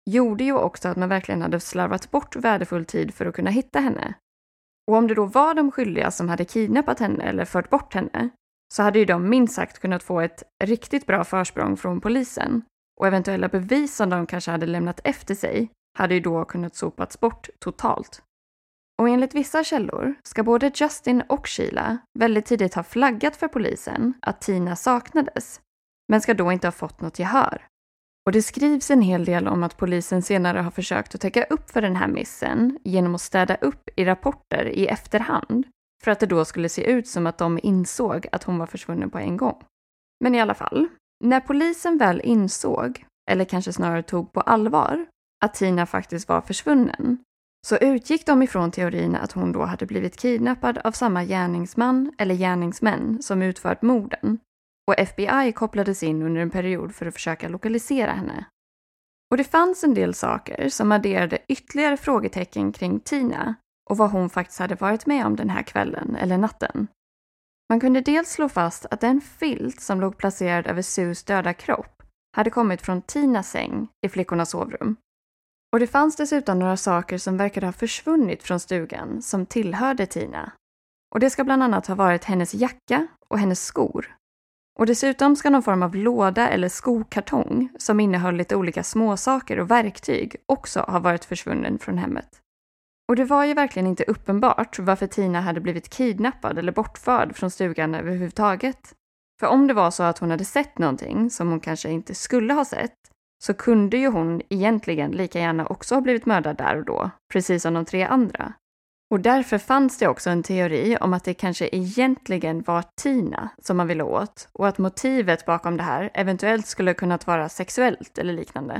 gjorde ju också att man verkligen hade slarvat bort värdefull tid för att kunna hitta henne. Och om det då var de skyldiga som hade kidnappat henne eller fört bort henne, så hade ju de minst sagt kunnat få ett riktigt bra försprång från polisen, och eventuella bevis som de kanske hade lämnat efter sig hade ju då kunnat sopats bort totalt. Och enligt vissa källor ska både Justin och Sheila väldigt tidigt ha flaggat för polisen att Tina saknades, men ska då inte ha fått något gehör. Och det skrivs en hel del om att polisen senare har försökt att täcka upp för den här missen genom att städa upp i rapporter i efterhand, för att det då skulle se ut som att de insåg att hon var försvunnen på en gång. Men i alla fall, när polisen väl insåg, eller kanske snarare tog på allvar, att Tina faktiskt var försvunnen, så utgick de ifrån teorin att hon då hade blivit kidnappad av samma gärningsman eller gärningsmän som utfört morden. Och F B I kopplades in under en period för att försöka lokalisera henne. Och det fanns en del saker som adderade ytterligare frågetecken kring Tina och vad hon faktiskt hade varit med om den här kvällen eller natten. Man kunde dels slå fast att den filt som låg placerad över Sues döda kropp hade kommit från Tinas säng i flickornas sovrum. Och det fanns dessutom några saker som verkade ha försvunnit från stugan som tillhörde Tina. Och det ska bland annat ha varit hennes jacka och hennes skor. Och dessutom ska någon form av låda eller skokartong som innehöll lite olika småsaker och verktyg också ha varit försvunnen från hemmet. Och det var ju verkligen inte uppenbart varför Tina hade blivit kidnappad eller bortförd från stugan överhuvudtaget. För om det var så att hon hade sett någonting som hon kanske inte skulle ha sett, så kunde ju hon egentligen lika gärna också ha blivit mördad där och då, precis som de tre andra. Och därför fanns det också en teori om att det kanske egentligen var Tina som man ville åt, och att motivet bakom det här eventuellt skulle kunnat vara sexuellt eller liknande.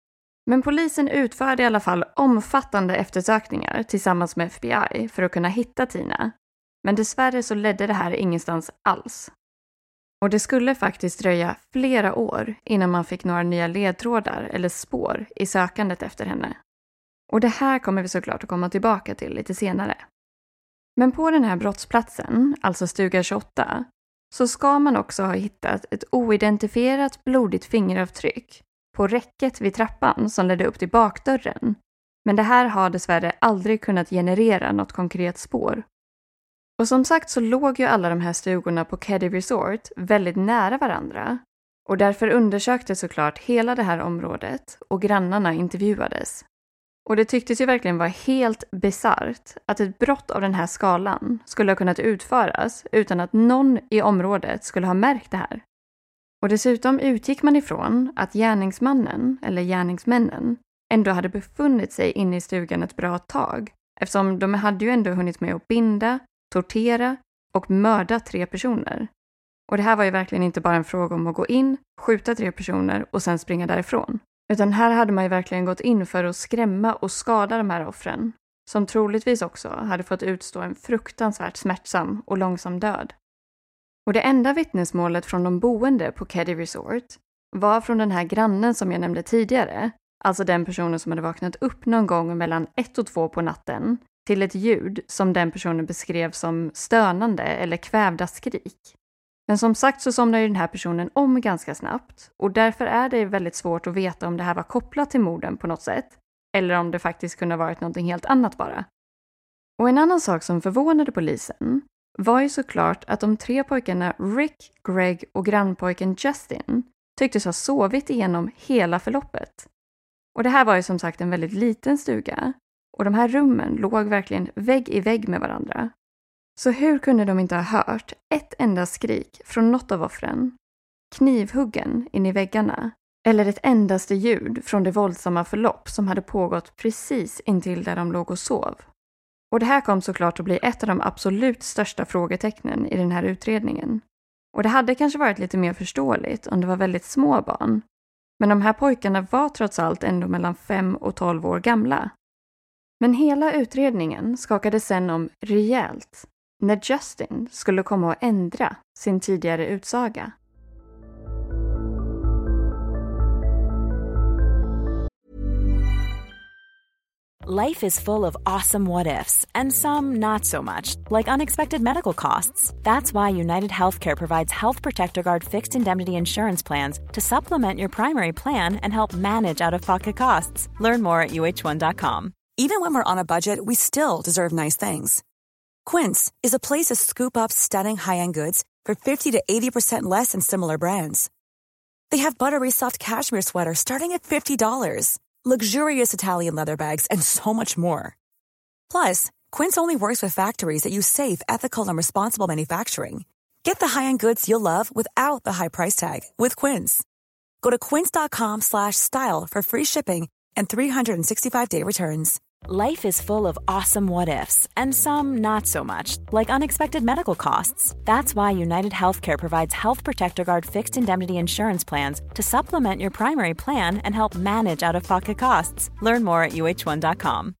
Men polisen utförde i alla fall omfattande eftersökningar tillsammans med F B I för att kunna hitta Tina. Men dessvärre så ledde det här ingenstans alls. Och det skulle faktiskt dröja flera år innan man fick några nya ledtrådar eller spår i sökandet efter henne. Och det här kommer vi såklart att komma tillbaka till lite senare. Men på den här brottsplatsen, alltså stuga tjugoåtta, så ska man också ha hittat ett oidentifierat blodigt fingeravtryck på räcket vid trappan som ledde upp till bakdörren. Men det här har dessvärre aldrig kunnat generera något konkret spår. Och som sagt så låg ju alla de här stugorna på Keddy Resort väldigt nära varandra. Och därför undersöktes såklart hela det här området och grannarna intervjuades. Och det tycktes ju verkligen vara helt bizarrt att ett brott av den här skalan skulle ha kunnat utföras utan att någon i området skulle ha märkt det här. Och dessutom utgick man ifrån att gärningsmannen, eller gärningsmännen, ändå hade befunnit sig inne i stugan ett bra tag, eftersom de hade ju ändå hunnit med att binda, tortera och mörda tre personer. Och det här var ju verkligen inte bara en fråga om att gå in, skjuta tre personer och sen springa därifrån. Utan här hade man ju verkligen gått in för att skrämma och skada de här offren, som troligtvis också hade fått utstå en fruktansvärt smärtsam och långsam död. Och det enda vittnesmålet från de boende på Keddy Resort var från den här grannen som jag nämnde tidigare, alltså den personen som hade vaknat upp någon gång mellan ett och två på natten till ett ljud som den personen beskrev som stönande eller kvävda skrik. Men som sagt så somnar ju den här personen om ganska snabbt, och därför är det väldigt svårt att veta om det här var kopplat till morden på något sätt, eller om det faktiskt kunde ha varit någonting helt annat bara. Och en annan sak som förvånade polisen var ju såklart att de tre pojkarna Rick, Greg och grannpojken Justin tycktes ha sovit igenom hela förloppet. Och det här var ju som sagt en väldigt liten stuga, och de här rummen låg verkligen vägg i vägg med varandra. Så hur kunde de inte ha hört ett enda skrik från något av offren, knivhuggen in i väggarna, eller ett endaste ljud från det våldsamma förlopp som hade pågått precis intill där de låg och sov? Och det här kom såklart att bli ett av de absolut största frågetecknen i den här utredningen. Och det hade kanske varit lite mer förståeligt om det var väldigt små barn. Men de här pojkarna var trots allt ändå mellan fem och tolv år gamla. Men hela utredningen skakade sen om rejält när Justin skulle komma att ändra sin tidigare utsaga. Life is full of awesome what-ifs, and some not so much, like unexpected medical costs. That's why United Healthcare provides Health Protector Guard fixed indemnity insurance plans to supplement your primary plan and help manage out-of-pocket costs. Learn more at U H one dot com. Even when we're on a budget, we still deserve nice things. Quince is a place to scoop up stunning high-end goods for fifty to eighty percent less than similar brands. They have buttery soft cashmere sweaters starting at fifty dollars, luxurious Italian leather bags, and so much more. Plus, Quince only works with factories that use safe, ethical, and responsible manufacturing. Get the high-end goods you'll love without the high price tag with Quince. Go to quince.com slash style for free shipping and three sixty-five day returns. Life is full of awesome what-ifs, and some not so much, like unexpected medical costs. That's why United Healthcare provides Health Protector Guard fixed indemnity insurance plans to supplement your primary plan and help manage out-of-pocket costs. Learn more at U H one dot com.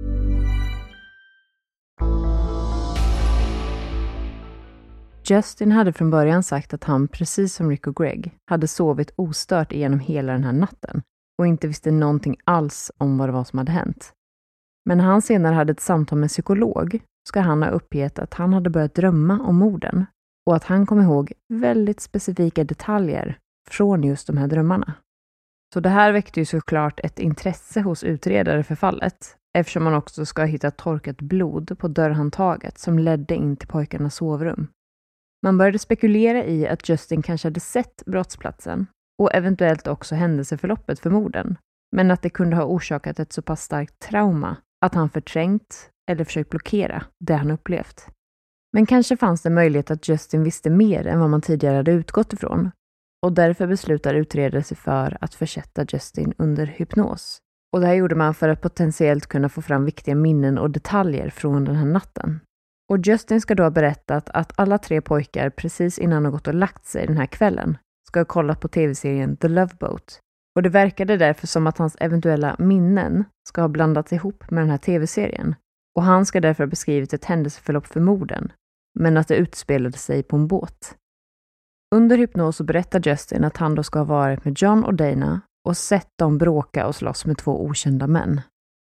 Justin hade från början sagt att han, precis som Rick och Greg, hade sovit ostört igenom hela den här natten och inte visste någonting alls om vad det var som hade hänt. Men när han senare hade ett samtal med en psykolog ska han ha uppgett att han hade börjat drömma om morden och att han kom ihåg väldigt specifika detaljer från just de här drömmarna. Så det här väckte ju såklart ett intresse hos utredare för fallet, eftersom man också ska ha hittat torkat blod på dörrhandtaget som ledde in till pojkarnas sovrum. Man började spekulera i att Justin kanske hade sett brottsplatsen och eventuellt också händelseförloppet för morden, men att det kunde ha orsakat ett så pass starkt trauma att han förträngt eller försökt blockera det han upplevt. Men kanske fanns det möjlighet att Justin visste mer än vad man tidigare hade utgått ifrån, och därför beslutar utredare sig för att försätta Justin under hypnos. Och det här gjorde man för att potentiellt kunna få fram viktiga minnen och detaljer från den här natten. Och Justin ska då ha berättat att alla tre pojkar precis innan de gått och lagt sig den här kvällen ska ha kollat på tv-serien The Love Boat. Och det verkade därför som att hans eventuella minnen ska ha blandats ihop med den här tv-serien. Och han ska därför ha beskrivit ett händelseförlopp för morden, men att det utspelade sig på en båt. Under hypnos så berättar Justin att han då ska ha varit med John och Dana och sett dem bråka och slåss med två okända män.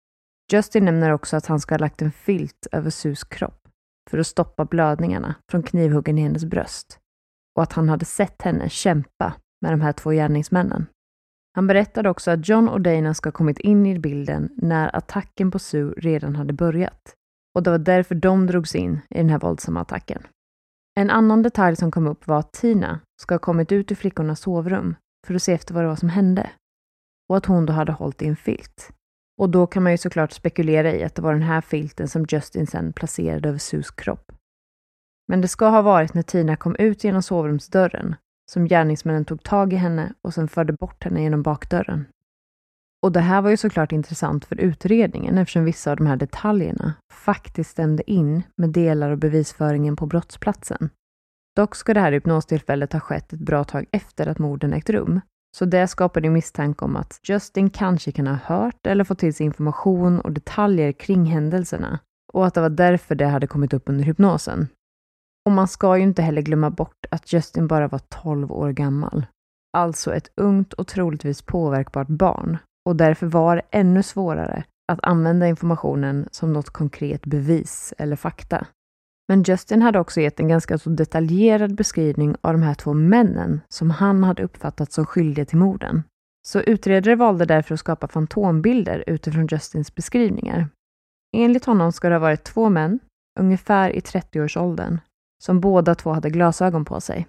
Justin nämner också att han ska ha lagt en filt över Sues kropp för att stoppa blödningarna från knivhuggen i hennes bröst, och att han hade sett henne kämpa med de här två gärningsmännen. Han berättade också att John och Dana ska ha kommit in i bilden när attacken på Sue redan hade börjat, och det var därför de drogs in i den här våldsamma attacken. En annan detalj som kom upp var att Tina ska ha kommit ut ur flickornas sovrum för att se efter vad det var som hände, och att hon då hade hållit i en filt. Och då kan man ju såklart spekulera i att det var den här filten som Justin sen placerade över Sues kropp. Men det ska ha varit när Tina kom ut genom sovrumsdörren som gärningsmännen tog tag i henne och sen förde bort henne genom bakdörren. Och det här var ju såklart intressant för utredningen eftersom vissa av de här detaljerna faktiskt stämde in med delar av bevisföringen på brottsplatsen. Dock ska det här hypnostillfället ha skett ett bra tag efter att morden ägt rum. Så det skapade misstanke om att Justin kanske kan ha hört eller fått till sig information och detaljer kring händelserna, och att det var därför det hade kommit upp under hypnosen. Och man ska ju inte heller glömma bort att Justin bara var tolv år gammal. Alltså ett ungt och troligtvis påverkbart barn, och därför var det ännu svårare att använda informationen som något konkret bevis eller fakta. Men Justin hade också gett en ganska så detaljerad beskrivning av de här två männen som han hade uppfattat som skyldiga till morden. Så utredare valde därför att skapa fantombilder utifrån Justins beskrivningar. Enligt honom ska det ha varit två män, ungefär i trettioårsåldern, som båda två hade glasögon på sig.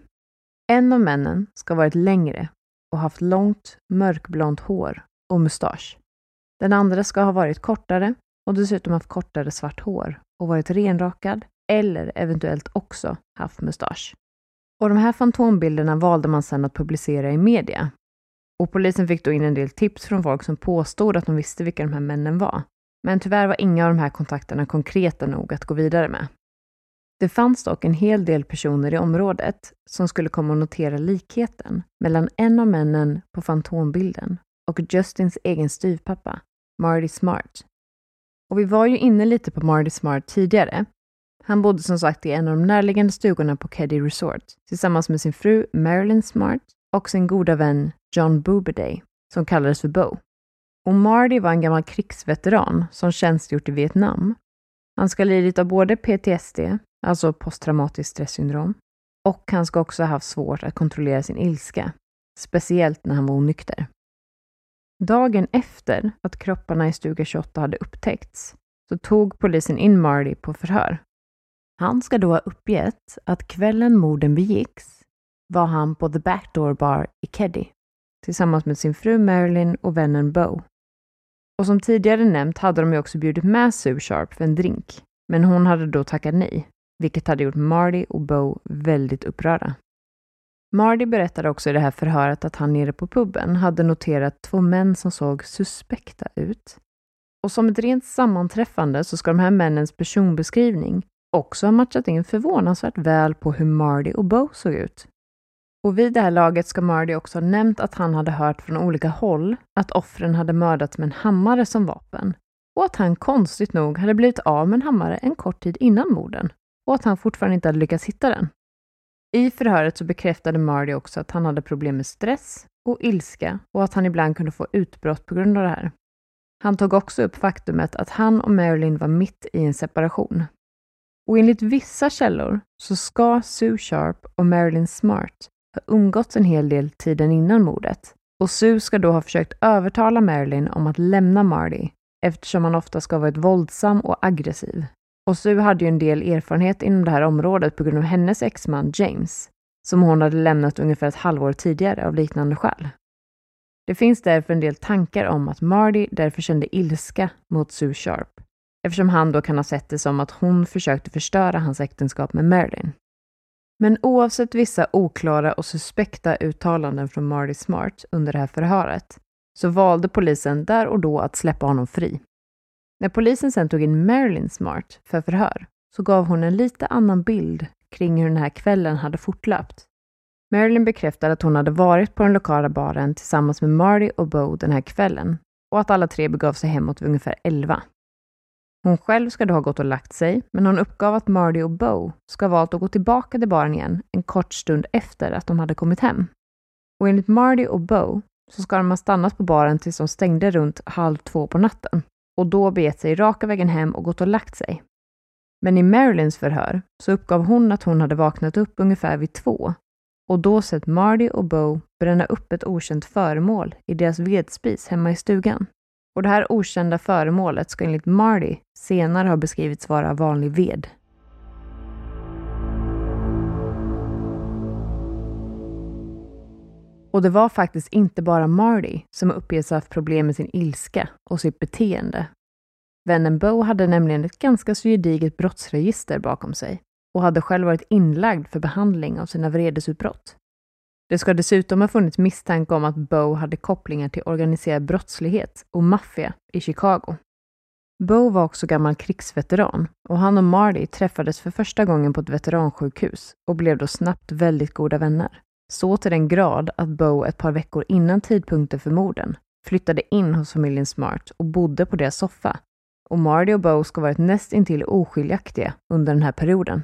En av männen ska ha varit längre och haft långt, mörkblont hår och mustasch. Den andra ska ha varit kortare och dessutom haft kortare svart hår och varit renrakad eller eventuellt också haft mustasch. Och de här fantombilderna valde man sedan att publicera i media. Och polisen fick då in en del tips från folk som påstod att de visste vilka de här männen var. Men tyvärr var inga av de här kontakterna konkreta nog att gå vidare med. Det fanns dock en hel del personer i området som skulle komma att notera likheten mellan en av männen på fantombilden och Justins egen styvpappa, Marty Smart. Och vi var ju inne lite på Marty Smart tidigare. Han bodde som sagt i en av de närliggande stugorna på Keddie Resort tillsammans med sin fru Marilyn Smart och sin goda vän John Booberday, som kallades för Bo. Och Marty var en gammal krigsveteran som tjänstgjort i Vietnam. Han ska lidit av både P T S D, alltså posttraumatiskt stresssyndrom, och han ska också ha haft svårt att kontrollera sin ilska, speciellt när han var onykter. Dagen efter att kropparna i stuga tjugoåtta hade upptäckts så tog polisen in Marty på förhör. Han ska då ha uppgett att kvällen morden begicks var han på The Backdoor Bar i Keddy tillsammans med sin fru Marilyn och vännen Bo. Och som tidigare nämnt hade de ju också bjudit med Sue Sharp för en drink, men hon hade då tackat nej, vilket hade gjort Marty och Bo väldigt upprörda. Marty berättade också i det här förhöret att han nere på puben hade noterat två män som såg suspekta ut. Och som ett rent sammanträffande så ska de här männens personbeskrivning också ha matchat in förvånansvärt väl på hur Marty och Bo såg ut. Och vid det här laget ska Marty också ha nämnt att han hade hört från olika håll att offren hade mördats med en hammare som vapen. Och att han konstigt nog hade blivit av med en hammare en kort tid innan morden. Och att han fortfarande inte hade lyckats hitta den. I förhöret så bekräftade Marty också att han hade problem med stress och ilska och att han ibland kunde få utbrott på grund av det här. Han tog också upp faktumet att han och Marilyn var mitt i en separation. Och enligt vissa källor så ska Sue Sharp och Marilyn Smart ha umgåtts en hel del tiden innan mordet. Och Sue ska då ha försökt övertala Marilyn om att lämna Marty eftersom han ofta ska ha varit våldsam och aggressiv. Och Sue hade ju en del erfarenhet inom det här området på grund av hennes exman James, som hon hade lämnat ungefär ett halvår tidigare av liknande skäl. Det finns därför en del tankar om att Marty därför kände ilska mot Sue Sharp, eftersom han då kan ha sett det som att hon försökte förstöra hans äktenskap med Marilyn. Men oavsett vissa oklara och suspekta uttalanden från Marty Smart under det här förhöret så valde polisen där och då att släppa honom fri. När polisen sen tog in Marilyn Smart för förhör så gav hon en lite annan bild kring hur den här kvällen hade fortlöpt. Marilyn bekräftade att hon hade varit på den lokala baren tillsammans med Marty och Bo den här kvällen och att alla tre begav sig hemåt vid ungefär elva. Hon själv ska då ha gått och lagt sig, men hon uppgav att Marty och Bo ska ha valt att gå tillbaka till baren igen en kort stund efter att de hade kommit hem. Och enligt Marty och Bo så ska de ha stannat på baren tills de stängde runt halv två på natten och då begett sig raka vägen hem och gått och lagt sig. Men i Marilyns förhör så uppgav hon att hon hade vaknat upp ungefär vid två och då sett Marty och Bo bränna upp ett okänt föremål i deras vedspis hemma i stugan. Och det här okända föremålet ska enligt Marty senare ha beskrivits vara vanlig ved. Och det var faktiskt inte bara Marty som uppges ha haft problem med sin ilska och sitt beteende. Vännen Bo hade nämligen ett ganska så gediget brottsregister bakom sig och hade själv varit inlagd för behandling av sina vredesutbrott. Det ska dessutom ha funnits misstanke om att Bo hade kopplingar till organiserad brottslighet och maffia i Chicago. Bo var också gammal krigsveteran och han och Marty träffades för första gången på ett veteransjukhus och blev då snabbt väldigt goda vänner. Så till den grad att Bo ett par veckor innan tidpunkten för morden flyttade in hos familjen Smart och bodde på deras soffa. Och Marty och Bo ska ha varit näst intill oskiljaktiga under den här perioden.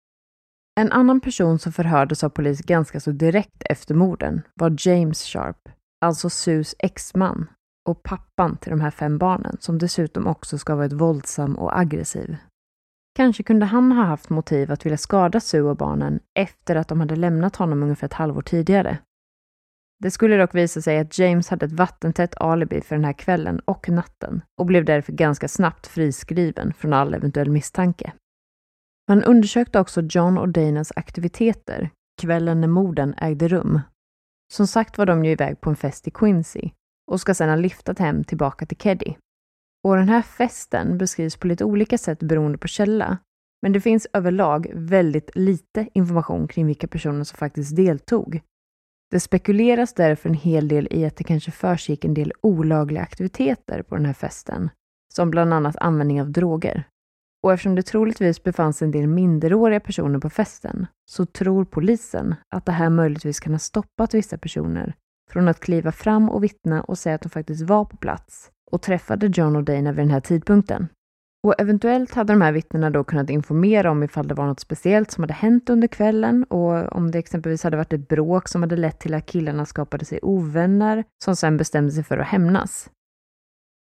En annan person som förhördes av polis ganska så direkt efter morden var James Sharp, alltså Sues exman och pappan till de här fem barnen som dessutom också ska ha varit våldsam och aggressiv. Kanske kunde han ha haft motiv att vilja skada Sue och barnen efter att de hade lämnat honom ungefär ett halvår tidigare. Det skulle dock visa sig att James hade ett vattentätt alibi för den här kvällen och natten och blev därför ganska snabbt friskriven från all eventuell misstanke. Man undersökte också John och Danas aktiviteter kvällen när morden ägde rum. Som sagt var de ju iväg på en fest i Quincy och ska sedan ha liftat hem tillbaka till Keddy. Och den här festen beskrivs på lite olika sätt beroende på källa, men det finns överlag väldigt lite information kring vilka personer som faktiskt deltog. Det spekuleras därför en hel del i att det kanske försiggick en del olagliga aktiviteter på den här festen, som bland annat användning av droger. Och eftersom det troligtvis befanns en del minderåriga personer på festen så tror polisen att det här möjligtvis kan ha stoppat vissa personer från att kliva fram och vittna och säga att de faktiskt var på plats och träffade John och Dana vid den här tidpunkten. Och eventuellt hade de här vittnena då kunnat informera om ifall det var något speciellt som hade hänt under kvällen och om det exempelvis hade varit ett bråk som hade lett till att killarna skapade sig ovänner som sen bestämde sig för att hämnas.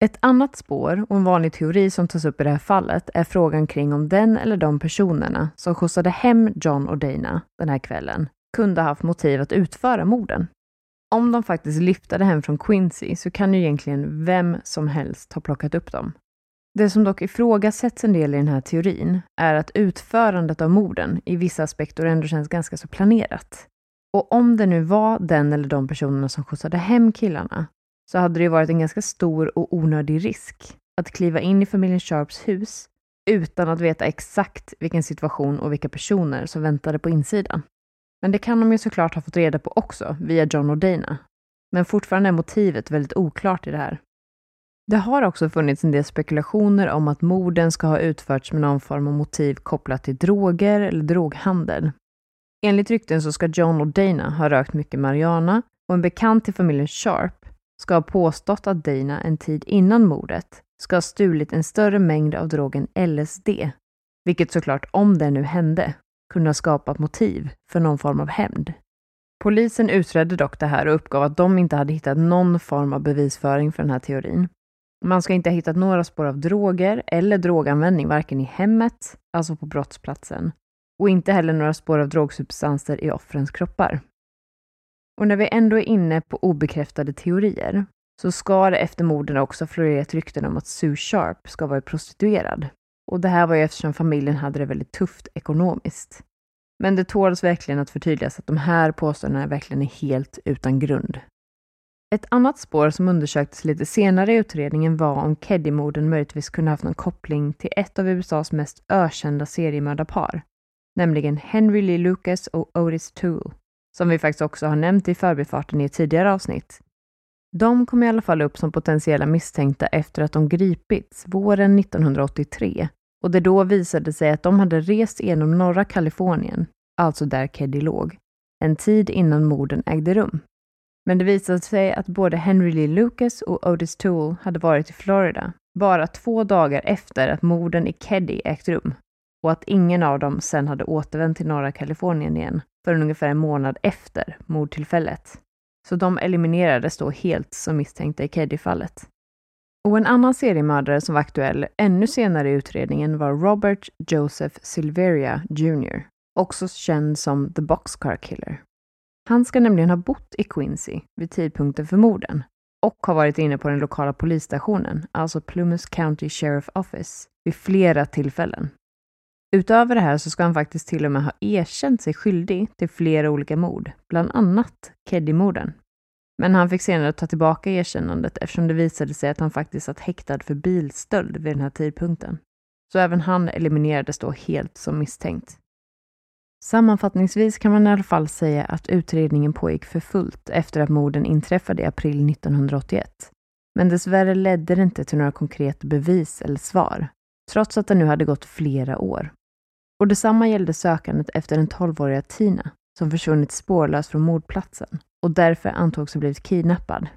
Ett annat spår och en vanlig teori som tas upp i det här fallet är frågan kring om den eller de personerna som skjutsade hem John och Dana den här kvällen kunde ha haft motiv att utföra morden. Om de faktiskt lyftade hem från Quincy så kan ju egentligen vem som helst ha plockat upp dem. Det som dock ifrågasätts en del i den här teorin är att utförandet av morden i vissa aspekter ändå känns ganska så planerat. Och om det nu var den eller de personerna som skjutsade hem killarna så hade det varit en ganska stor och onödig risk att kliva in i familjen Sharps hus utan att veta exakt vilken situation och vilka personer som väntade på insidan. Men det kan de ju såklart ha fått reda på också via John och Dana. Men fortfarande är motivet väldigt oklart i det här. Det har också funnits en del spekulationer om att morden ska ha utförts med någon form av motiv kopplat till droger eller droghandel. Enligt rykten så ska John och Dana ha rökt mycket marijuana och en bekant till familjen Sharp ska ha påstått att Dana en tid innan mordet ska ha stulit en större mängd av drogen L S D, vilket såklart om det nu hände kunde ha skapat motiv för någon form av hämnd. Polisen utredde dock det här och uppgav att de inte hade hittat någon form av bevisföring för den här teorin. Man ska inte ha hittat några spår av droger eller droganvändning varken i hemmet, alltså på brottsplatsen, och inte heller några spår av drogsubstanser i offrens kroppar. Och när vi ändå är inne på obekräftade teorier så ska det efter morden också florerat rykten om att Sue Sharp ska vara prostituerad. Och det här var ju eftersom familjen hade det väldigt tufft ekonomiskt. Men det tåls verkligen att förtydligas att de här påståendena verkligen är helt utan grund. Ett annat spår som undersöktes lite senare i utredningen var om Keddy-morden möjligtvis kunde haft någon koppling till ett av U S A:s mest ökända seriemördarpar, nämligen Henry Lee Lucas och Otis Toole, som vi faktiskt också har nämnt i förbifarten i ett tidigare avsnitt. De kom i alla fall upp som potentiella misstänkta efter att de gripits våren nittonhundraåttiotre och det då visade sig att de hade rest genom norra Kalifornien, alltså där Keddy låg, en tid innan morden ägde rum. Men det visade sig att både Henry Lee Lucas och Otis Toole hade varit i Florida bara två dagar efter att morden i Keddy ägt rum och att ingen av dem sen hade återvänt till norra Kalifornien igen förrän ungefär en månad efter mordtillfället. Så de eliminerades då helt som misstänkta i Keddy-fallet. Och en annan seriemördare som var aktuell ännu senare i utredningen var Robert Joseph Silveria junior, också känd som The Boxcar Killer. Han ska nämligen ha bott i Quincy vid tidpunkten för morden och har varit inne på den lokala polisstationen, alltså Plymouth County Sheriff Office, vid flera tillfällen. Utöver det här så ska han faktiskt till och med ha erkänt sig skyldig till flera olika mord, bland annat Keddy-morden. Men han fick senare ta tillbaka erkännandet eftersom det visade sig att han faktiskt satt häktad för bilstöld vid den här tidpunkten. Så även han eliminerades då helt som misstänkt. Sammanfattningsvis kan man i alla fall säga att utredningen pågick för fullt efter att morden inträffade i april nittonhundraåttioett. Men dessvärre ledde det inte till några konkreta bevis eller svar, trots att det nu hade gått flera år. Och detsamma gällde sökandet efter den tolvåriga Tina som försvunnit spårlöst från mordplatsen och därför antogs ha blivit kidnappad.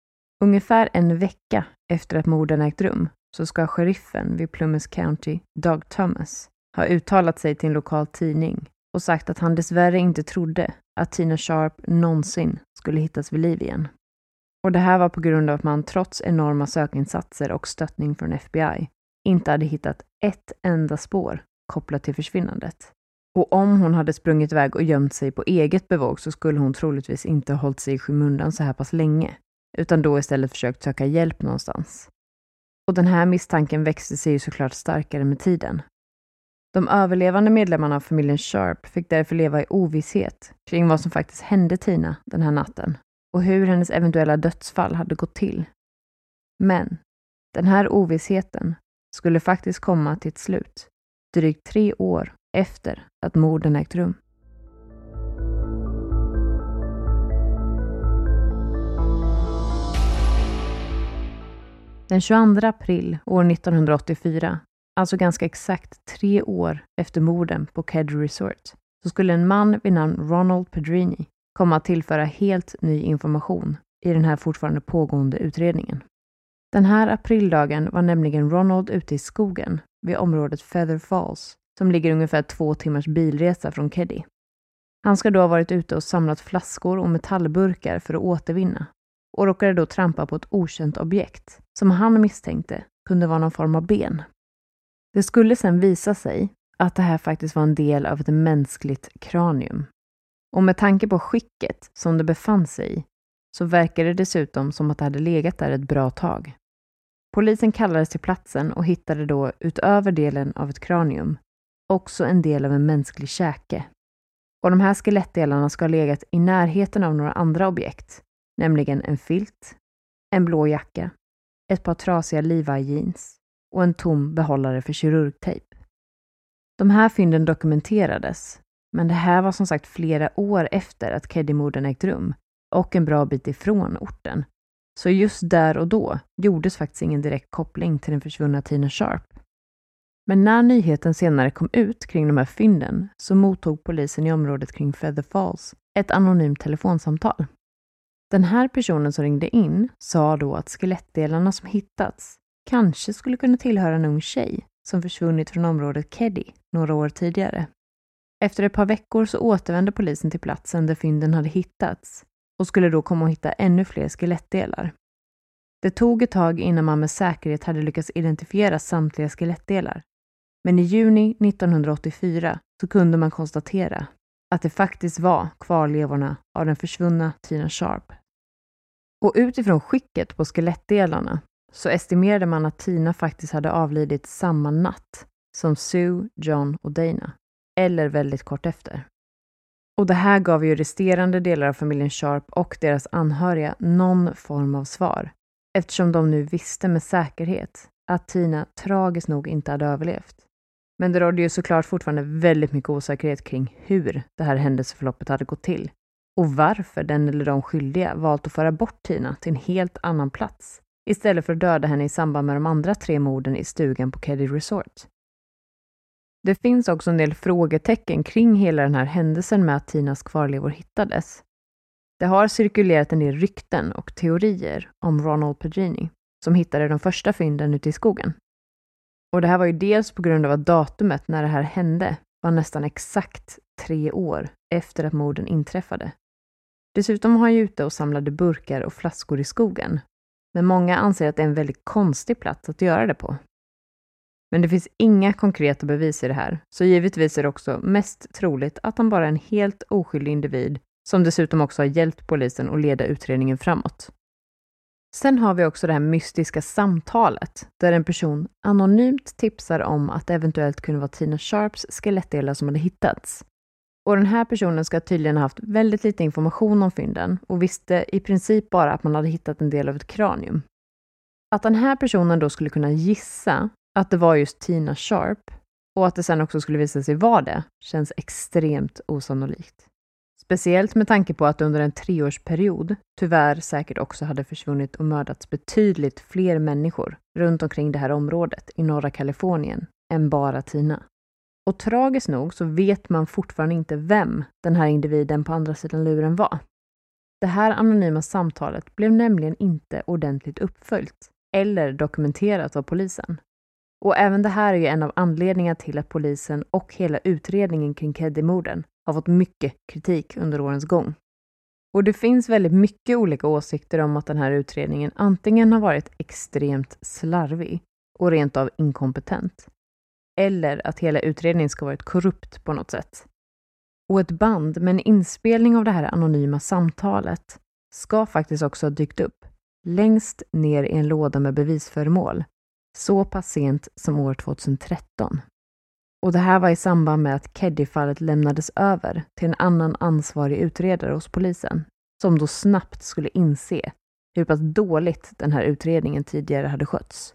Ungefär en vecka efter att morden ägt rum så ska sheriffen vid Plymouth County, Doug Thomas, ha uttalat sig till en lokal tidning och sagt att han dessvärre inte trodde att Tina Sharp någonsin skulle hittas vid liv igen. Och det här var på grund av att man trots enorma sökinsatser och stöttning från F B I inte hade hittat ett enda spår kopplat till försvinnandet. Och om hon hade sprungit iväg och gömt sig på eget bevåg så skulle hon troligtvis inte ha hållit sig i skymundan så här pass länge, utan då istället försökt söka hjälp någonstans. Och den här misstanken växte sig ju såklart starkare med tiden. De överlevande medlemmarna av familjen Sharp fick därför leva i ovisshet kring vad som faktiskt hände Tina den här natten och hur hennes eventuella dödsfall hade gått till. Men den här ovissheten skulle faktiskt komma till ett slut, drygt tre år efter att morden ägt rum. Den tjugoandra april år nittonhundraåttiofyra, alltså ganska exakt tre år efter morden på Keddy Resort, så skulle en man vid namn Ronald Pedrini komma att tillföra helt ny information i den här fortfarande pågående utredningen. Den här aprildagen var nämligen Ronald ute i skogen vid området Feather Falls, som ligger ungefär två timmars bilresa från Keddy. Han ska då ha varit ute och samlat flaskor och metallburkar för att återvinna. och råkade då trampa på ett okänt objekt som han misstänkte kunde vara någon form av ben. Det skulle sedan visa sig att det här faktiskt var en del av ett mänskligt kranium. Och med tanke på skicket som det befann sig i så verkar det dessutom som att det hade legat där ett bra tag. Polisen kallades till platsen och hittade då utöver delen av ett kranium också en del av en mänsklig käke. Och de här skelettdelarna ska ha legat i närheten av några andra objekt, nämligen en filt, en blå jacka, ett par trasiga Levi jeans och en tom behållare för kirurgtejp. De här fynden dokumenterades, men det här var som sagt flera år efter att Keddie-morden ägt rum och en bra bit ifrån orten. Så just där och då gjordes faktiskt ingen direkt koppling till den försvunna Tina Sharp. Men när nyheten senare kom ut kring de här fynden så mottog polisen i området kring Feather Falls ett anonymt telefonsamtal. Den här personen som ringde in sa då att skelettdelarna som hittats kanske skulle kunna tillhöra en ung tjej som försvunnit från området Keddie några år tidigare. Efter ett par veckor så återvände polisen till platsen där fynden hade hittats och skulle då komma att hitta ännu fler skelettdelar. Det tog ett tag innan man med säkerhet hade lyckats identifiera samtliga skelettdelar. Men i juni nittonhundraåttiofyra så kunde man konstatera att det faktiskt var kvarlevorna av den försvunna Tina Sharp. Och utifrån skicket på skelettdelarna så estimerade man att Tina faktiskt hade avlidit samma natt som Sue, John och Dana. Eller väldigt kort efter. Och det här gav ju resterande delar av familjen Sharp och deras anhöriga någon form av svar. Eftersom de nu visste med säkerhet att Tina tragiskt nog inte hade överlevt. Men det rådde ju såklart fortfarande väldigt mycket osäkerhet kring hur det här händelseförloppet hade gått till. Och varför den eller de skyldiga valt att föra bort Tina till en helt annan plats. Istället för att döda henne i samband med de andra tre morden i stugan på Keddie Resort. Det finns också en del frågetecken kring hela den här händelsen med att Tinas kvarlevor hittades. Det har cirkulerat en del rykten och teorier om Ronald Pedrini som hittade de första fynden ute i skogen. Och det här var ju dels på grund av att datumet när det här hände var nästan exakt tre år efter att morden inträffade. Dessutom var han ju ute och samlade burkar och flaskor i skogen. Men många anser att det är en väldigt konstig plats att göra det på. Men det finns inga konkreta bevis i det här, så givetvis är det också mest troligt att han bara är en helt oskyldig individ som dessutom också har hjälpt polisen att leda utredningen framåt. Sen har vi också det här mystiska samtalet där en person anonymt tipsar om att det eventuellt kunde vara Tina Sharps skelettdelar som hade hittats. Och den här personen ska tydligen ha haft väldigt lite information om fynden och visste i princip bara att man hade hittat en del av ett kranium. Att den här personen då skulle kunna gissa att det var just Tina Sharp och att det sen också skulle visa sig vara det känns extremt osannolikt. Speciellt med tanke på att under en treårsperiod tyvärr säkert också hade försvunnit och mördats betydligt fler människor runt omkring det här området i norra Kalifornien än bara Tina. Och tragiskt nog så vet man fortfarande inte vem den här individen på andra sidan luren var. Det här anonyma samtalet blev nämligen inte ordentligt uppföljt eller dokumenterat av polisen. Och även det här är ju en av anledningarna till att polisen och hela utredningen kring Keddie-morden har fått mycket kritik under årens gång. Och det finns väldigt mycket olika åsikter om att den här utredningen antingen har varit extremt slarvig och rent av inkompetent. Eller att hela utredningen ska ha varit korrupt på något sätt. Och ett band med en inspelning av det här anonyma samtalet ska faktiskt också ha dykt upp längst ner i en låda med bevisföremål. Så pass sent som år tjugohundratretton. Och det här var i samband med att Keddie-fallet lämnades över till en annan ansvarig utredare hos polisen. Som då snabbt skulle inse hur pass dåligt den här utredningen tidigare hade skötts.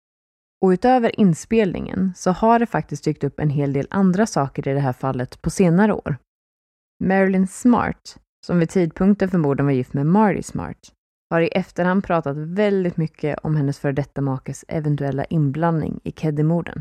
Och utöver inspelningen så har det faktiskt dykt upp en hel del andra saker i det här fallet på senare år. Marilyn Smart, som vid tidpunkten för morden var gift med Marty Smart, har i efterhand pratat väldigt mycket om hennes före detta makes eventuella inblandning i Keddie-morden.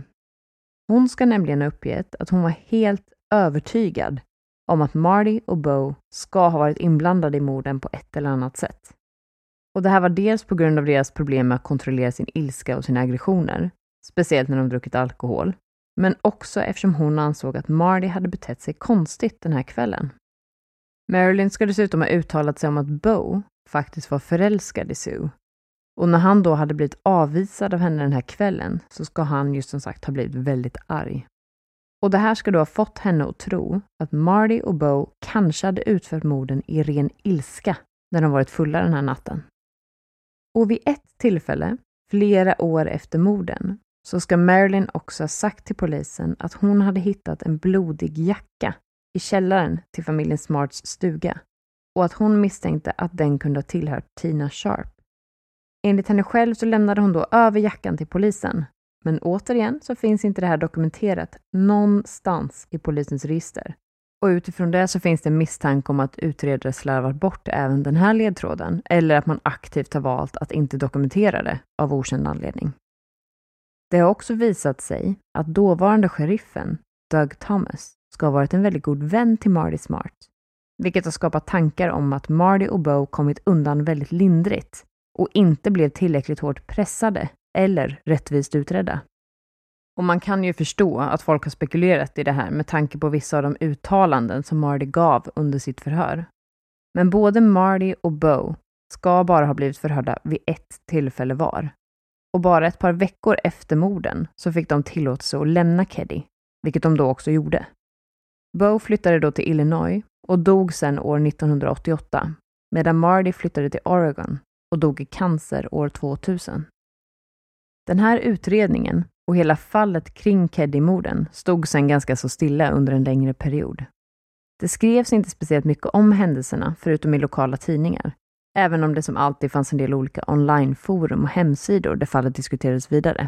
Hon ska nämligen ha uppgett att hon var helt övertygad om att Marty och Bo ska ha varit inblandade i morden på ett eller annat sätt. Och det här var dels på grund av deras problem med att kontrollera sin ilska och sina aggressioner, speciellt när de druckit alkohol, men också eftersom hon ansåg att Marty hade betett sig konstigt den här kvällen. Marilyn ska dessutom ha uttalat sig om att Bo faktiskt var förälskad i Sue. Och när han då hade blivit avvisad av henne den här kvällen så ska han just som sagt ha blivit väldigt arg. Och det här ska då ha fått henne att tro att Marty och Bo kanske hade utfört morden i ren ilska när de varit fulla den här natten. Och vid ett tillfälle, flera år efter morden, så ska Marilyn också ha sagt till polisen att hon hade hittat en blodig jacka i källaren till familjen Smarts stuga och att hon misstänkte att den kunde ha tillhört Tina Sharp. Enligt henne själv så lämnade hon då över jackan till polisen, men återigen så finns inte det här dokumenterat någonstans i polisens register. Och utifrån det så finns det misstanke om att utredare slarvat bort även den här ledtråden eller att man aktivt har valt att inte dokumentera det av okänd anledning. Det har också visat sig att dåvarande sheriffen, Doug Thomas, ska ha varit en väldigt god vän till Marty Smart, vilket har skapat tankar om att Marty och Bo kommit undan väldigt lindrigt och inte blev tillräckligt hårt pressade eller rättvist utredda. Och man kan ju förstå att folk har spekulerat i det här med tanke på vissa av de uttalanden som Marty gav under sitt förhör. Men både Marty och Bo ska bara ha blivit förhörda vid ett tillfälle var. Och bara ett par veckor efter morden så fick de tillåtelse att lämna Keddy, vilket de då också gjorde. Bo flyttade då till Illinois och dog sedan år nittonhundraåttioåtta, medan Marty flyttade till Oregon och dog i cancer år tvåtusen. Den här utredningen och hela fallet kring Keddy-morden stod sedan ganska så stilla under en längre period. Det skrevs inte speciellt mycket om händelserna förutom i lokala tidningar, även om det som alltid fanns en del olika onlineforum och hemsidor där fallet diskuterades vidare.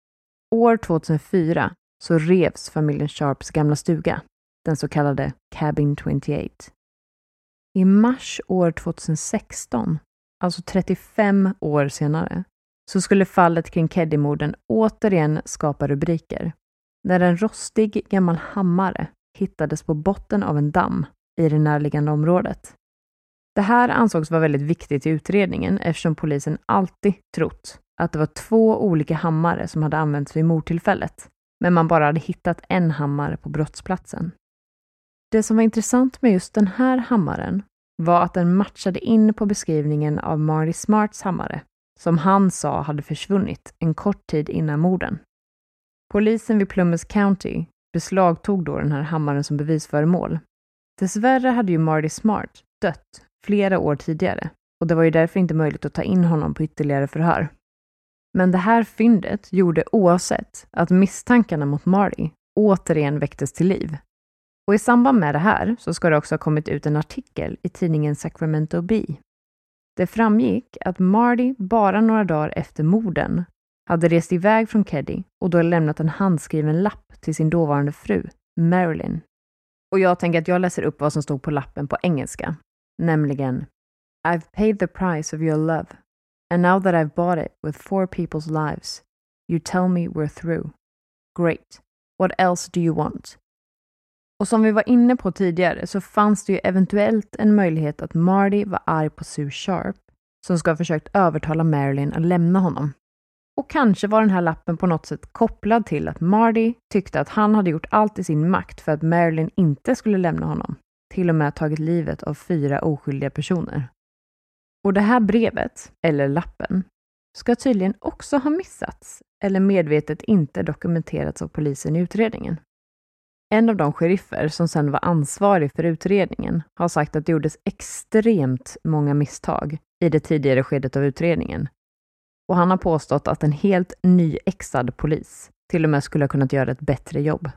År tvåtusenfyra så revs familjen Sharps gamla stuga, den så kallade Cabin tjugoåtta. I mars år tvåtusensexton, alltså trettiofem år senare, så skulle fallet kring Keddy-morden återigen skapa rubriker när en rostig gammal hammare hittades på botten av en damm i det närliggande området. Det här ansågs vara väldigt viktigt i utredningen eftersom polisen alltid trott att det var två olika hammare som hade använts vid mordtillfället, men man bara hade hittat en hammare på brottsplatsen. Det som var intressant med just den här hammaren var att den matchade in på beskrivningen av Marty Smarts hammare, som han sa hade försvunnit en kort tid innan morden. Polisen vid Plumas County beslagtog då den här hammaren som bevisföremål. Dessvärre hade ju Marty Smart dött flera år tidigare och det var ju därför inte möjligt att ta in honom på ytterligare förhör. Men det här fyndet gjorde oavsett att misstankarna mot Marty återigen väcktes till liv. Och i samband med det här så ska det också ha kommit ut en artikel i tidningen Sacramento Bee. Det framgick att Marty bara några dagar efter morden hade rest iväg från Keddy och då lämnat en handskriven lapp till sin dåvarande fru, Marilyn. Och jag tänker att jag läser upp vad som stod på lappen på engelska, nämligen I've paid the price of your love, and now that I've bought it with four people's lives, you tell me we're through. Great. What else do you want? Och som vi var inne på tidigare så fanns det ju eventuellt en möjlighet att Marty var arg på Sue Sharp som ska ha försökt övertala Marilyn att lämna honom. Och kanske var den här lappen på något sätt kopplad till att Marty tyckte att han hade gjort allt i sin makt för att Marilyn inte skulle lämna honom, till och med tagit livet av fyra oskyldiga personer. Och det här brevet, eller lappen, ska tydligen också ha missats eller medvetet inte dokumenterats av polisen i utredningen. En av de sheriffer som sedan var ansvarig för utredningen har sagt att det gjordes extremt många misstag i det tidigare skedet av utredningen. Och han har påstått att en helt nyexad polis till och med skulle ha kunnat göra ett bättre jobb.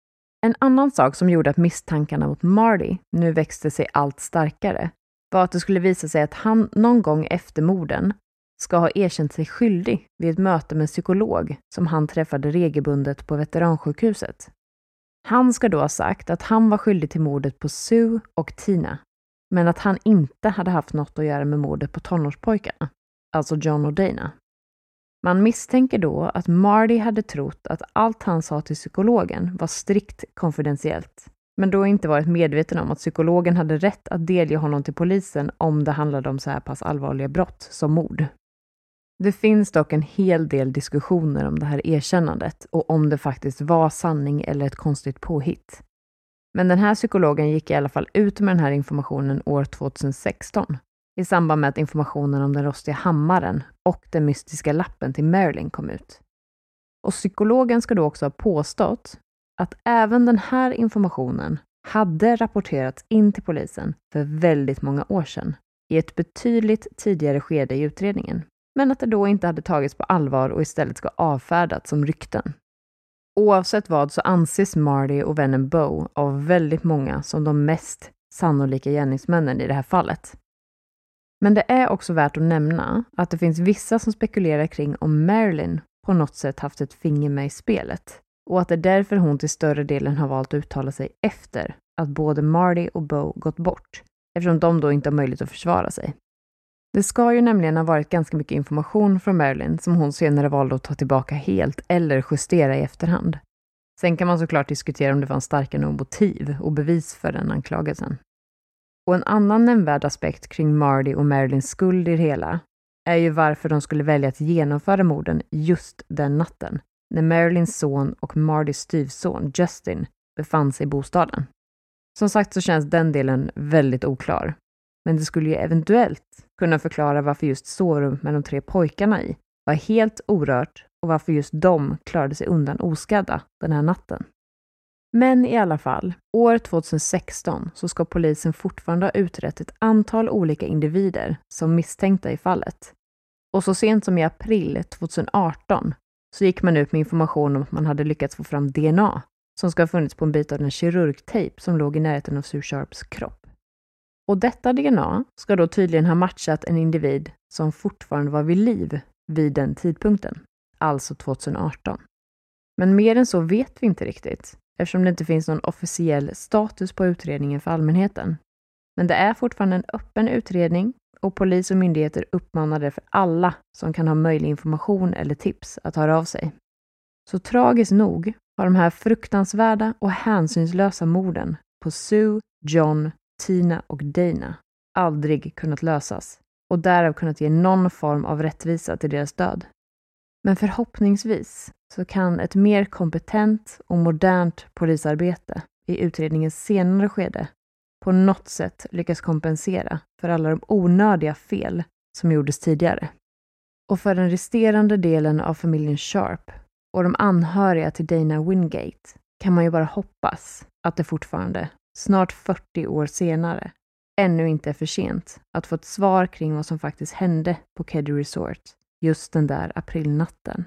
En annan sak som gjorde att misstankarna mot Marty nu växte sig allt starkare var att det skulle visa sig att han någon gång efter morden ska ha erkänt sig skyldig vid ett möte med en psykolog som han träffade regelbundet på veteransjukhuset. Han ska då ha sagt att han var skyldig till mordet på Sue och Tina, men att han inte hade haft något att göra med mordet på tonårspojkarna, alltså John och Dana. Man misstänker då att Marty hade trott att allt han sa till psykologen var strikt konfidentiellt, men då inte varit medveten om att psykologen hade rätt att delge honom till polisen om det handlade om så här pass allvarliga brott som mord. Det finns dock en hel del diskussioner om det här erkännandet och om det faktiskt var sanning eller ett konstigt påhitt. Men den här psykologen gick i alla fall ut med den här informationen år tvåtusensexton, i samband med att informationen om den rostiga hammaren och den mystiska lappen till Marilyn kom ut. Och psykologen ska då också ha påstått att även den här informationen hade rapporterats in till polisen för väldigt många år sedan, i ett betydligt tidigare skede i utredningen, men att det då inte hade tagits på allvar och istället ska avfärdats som rykten. Oavsett vad så anses Marty och vännen Bo av väldigt många som de mest sannolika gärningsmännen i det här fallet. Men det är också värt att nämna att det finns vissa som spekulerar kring om Marilyn på något sätt haft ett finger med i spelet, och att det är därför hon till större delen har valt att uttala sig efter att både Marty och Bo gått bort, eftersom de då inte har möjlighet att försvara sig. Det ska ju nämligen ha varit ganska mycket information från Marilyn som hon senare valde att ta tillbaka helt eller justera i efterhand. Sen kan man såklart diskutera om det fanns starka nog motiv och bevis för den anklagelsen. Och en annan nämnvärd aspekt kring Marty och Marilyns skuld i det hela är ju varför de skulle välja att genomföra morden just den natten, när Marilyns son och Martys styvson Justin befann sig i bostaden. Som sagt så känns den delen väldigt oklar. Men det skulle ju eventuellt kunna förklara varför just sovrummet med de tre pojkarna i var helt orört och varför just de klarade sig undan oskadda den här natten. Men i alla fall, år tjugohundrasexton så ska polisen fortfarande ha utrett ett antal olika individer som misstänkta i fallet. Och så sent som i april tjugoarton så gick man ut med information om att man hade lyckats få fram D N A som ska ha funnits på en bit av den kirurgtejp som låg i närheten av Sue Sharps kropp. Och detta D N A ska då tydligen ha matchat en individ som fortfarande var vid liv vid den tidpunkten, alltså tjugoarton. Men mer än så vet vi inte riktigt, eftersom det inte finns någon officiell status på utredningen för allmänheten. Men det är fortfarande en öppen utredning och polis och myndigheter uppmanar därför alla som kan ha möjlig information eller tips att höra av sig. Så tragiskt nog har de här fruktansvärda och hänsynslösa morden på Sue, John, Tina och Dana aldrig kunnat lösas och därav kunnat ge någon form av rättvisa till deras död. Men förhoppningsvis så kan ett mer kompetent och modernt polisarbete i utredningens senare skede på något sätt lyckas kompensera för alla de onödiga fel som gjordes tidigare. Och för den resterande delen av familjen Sharp och de anhöriga till Dana Wingate kan man ju bara hoppas att det fortfarande, snart fyrtio år senare, ännu inte är för sent att få ett svar kring vad som faktiskt hände på Keddy Resort just den där aprilnatten.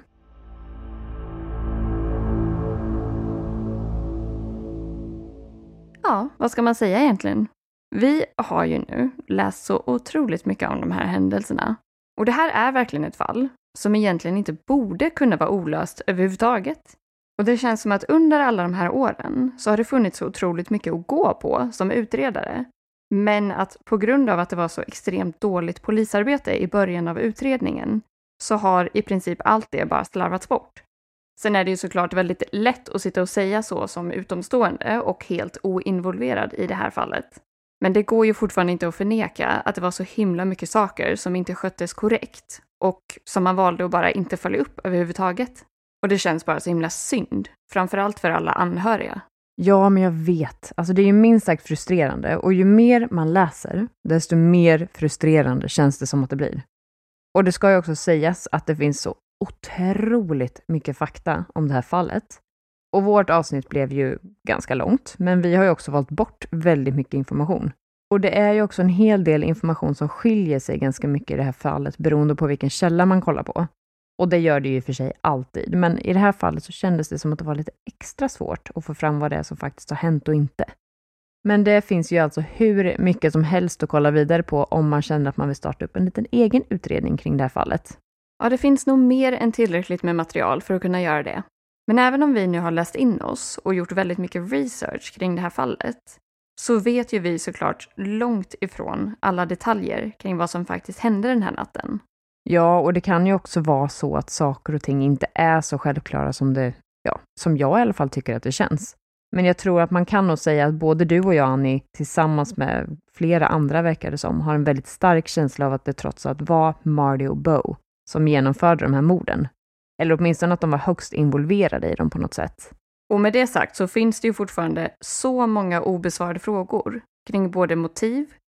Ja, vad ska man säga egentligen? Vi har ju nu läst så otroligt mycket om de här händelserna. Och det här är verkligen ett fall som egentligen inte borde kunna vara olöst överhuvudtaget. Och det känns som att under alla de här åren så har det funnits så otroligt mycket att gå på som utredare. Men att på grund av att det var så extremt dåligt polisarbete i början av utredningen så har i princip allt det bara slarvats bort. Sen är det ju såklart väldigt lätt att sitta och säga så som utomstående och helt oinvolverad i det här fallet. Men det går ju fortfarande inte att förneka att det var så himla mycket saker som inte sköttes korrekt och som man valde att bara inte följa upp överhuvudtaget. Och det känns bara så himla synd, framförallt för alla anhöriga. Ja, men jag vet. Alltså det är ju minst sagt frustrerande och ju mer man läser, desto mer frustrerande känns det som att det blir. Och det ska ju också sägas att det finns så otroligt mycket fakta om det här fallet. Och vårt avsnitt blev ju ganska långt, men vi har ju också valt bort väldigt mycket information. Och det är ju också en hel del information som skiljer sig ganska mycket i det här fallet beroende på vilken källa man kollar på. Och det gör det ju för sig alltid. Men i det här fallet så kändes det som att det var lite extra svårt att få fram vad det är som faktiskt har hänt och inte. Men det finns ju alltså hur mycket som helst att kolla vidare på om man känner att man vill starta upp en liten egen utredning kring det här fallet. Ja, det finns nog mer än tillräckligt med material för att kunna göra det. Men även om vi nu har läst in oss och gjort väldigt mycket research kring det här fallet så vet ju vi såklart långt ifrån alla detaljer kring vad som faktiskt hände den här natten. Ja, och det kan ju också vara så att saker och ting inte är så självklara som det, ja, som jag i alla fall tycker att det känns. Men jag tror att man kan nog säga att både du och jag, Annie, tillsammans med flera andra verkar det som, har en väldigt stark känsla av att det trots allt var Marty och Bo som genomförde de här morden. Eller åtminstone att de var högst involverade i dem på något sätt. Och med det sagt så finns det ju fortfarande så många obesvarade frågor kring både motiv,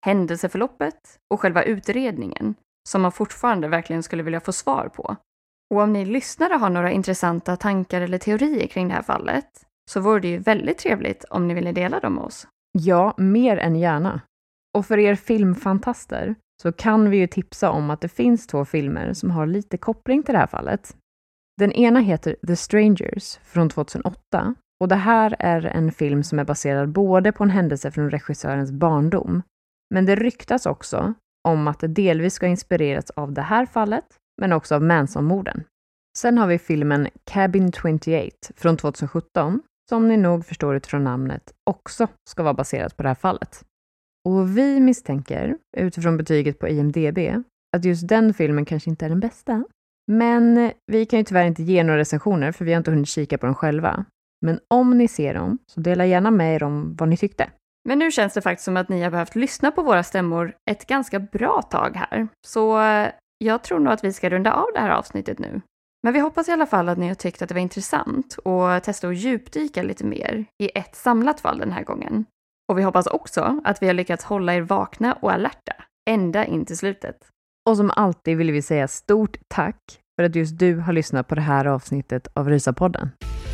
händelseförloppet och själva utredningen som man fortfarande verkligen skulle vilja få svar på. Och om ni lyssnare har några intressanta tankar eller teorier kring det här fallet så vore det ju väldigt trevligt om ni ville dela dem med oss. Ja, mer än gärna. Och för er filmfantaster så kan vi ju tipsa om att det finns två filmer som har lite koppling till det här fallet. Den ena heter The Strangers från tjugohundraåtta och det här är en film som är baserad både på en händelse från regissörens barndom, men det ryktas också om att det delvis ska inspirerats av det här fallet, men också av Manson-morden. Sen har vi filmen Cabin tjugoåtta från tjugosjutton, som ni nog förstår utifrån namnet, också ska vara baserat på det här fallet. Och vi misstänker, utifrån betyget på I M D B, att just den filmen kanske inte är den bästa. Men vi kan ju tyvärr inte ge några recensioner för vi har inte hunnit kika på dem själva. Men om ni ser dem så dela gärna med er om vad ni tyckte. Men nu känns det faktiskt som att ni har behövt lyssna på våra stämmor ett ganska bra tag här. Så jag tror nog att vi ska runda av det här avsnittet nu. Men vi hoppas i alla fall att ni har tyckt att det var intressant och testa att djupdyka lite mer i ett samlat fall den här gången. Och vi hoppas också att vi har lyckats hålla er vakna och alerta ända in till slutet. Och som alltid vill vi säga stort tack för att just du har lyssnat på det här avsnittet av Rysapodden.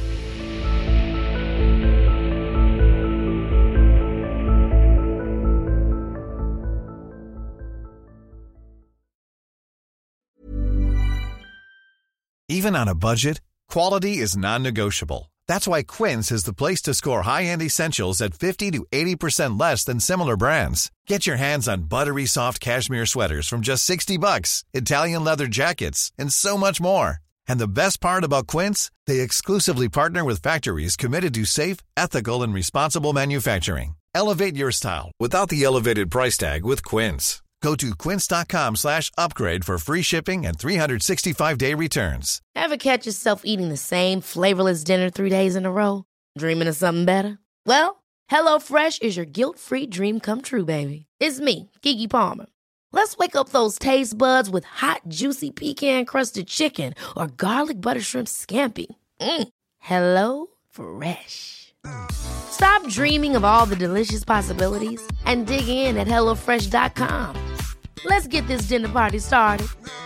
Even on a budget, quality is non-negotiable. That's why Quince is the place to score high-end essentials at fifty to eighty percent less than similar brands. Get your hands on buttery soft cashmere sweaters from just sixty bucks, Italian leather jackets, and so much more. And the best part about Quince, they exclusively partner with factories committed to safe, ethical, and responsible manufacturing. Elevate your style without the elevated price tag with Quince. Go to quince.com slash upgrade for free shipping and three sixty-five day returns. Ever catch yourself eating the same flavorless dinner three days in a row? Dreaming of something better? Well, HelloFresh is your guilt-free dream come true, baby. It's me, Keke Palmer. Let's wake up those taste buds with hot, juicy pecan-crusted chicken or garlic butter shrimp scampi. Mm. Hello Fresh. Stop dreaming of all the delicious possibilities and dig in at hello fresh dot com. Let's get this dinner party started.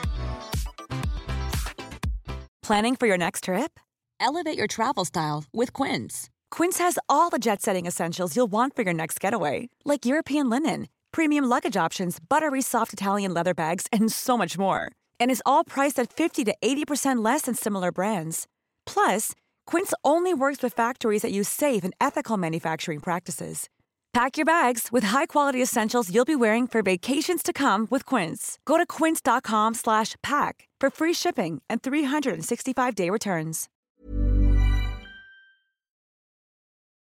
Planning for your next trip? Elevate your travel style with Quince. Quince has all the jet-setting essentials you'll want for your next getaway, like European linen, premium luggage options, buttery soft Italian leather bags, and so much more. And is all priced at fifty to eighty percent less than similar brands. Plus, Quince only works with factories that use safe and ethical manufacturing practices. Pack your bags with high-quality essentials you'll be wearing for vacations to come with Quince. Go to quince.com slash pack for free shipping and three sixty-five day returns.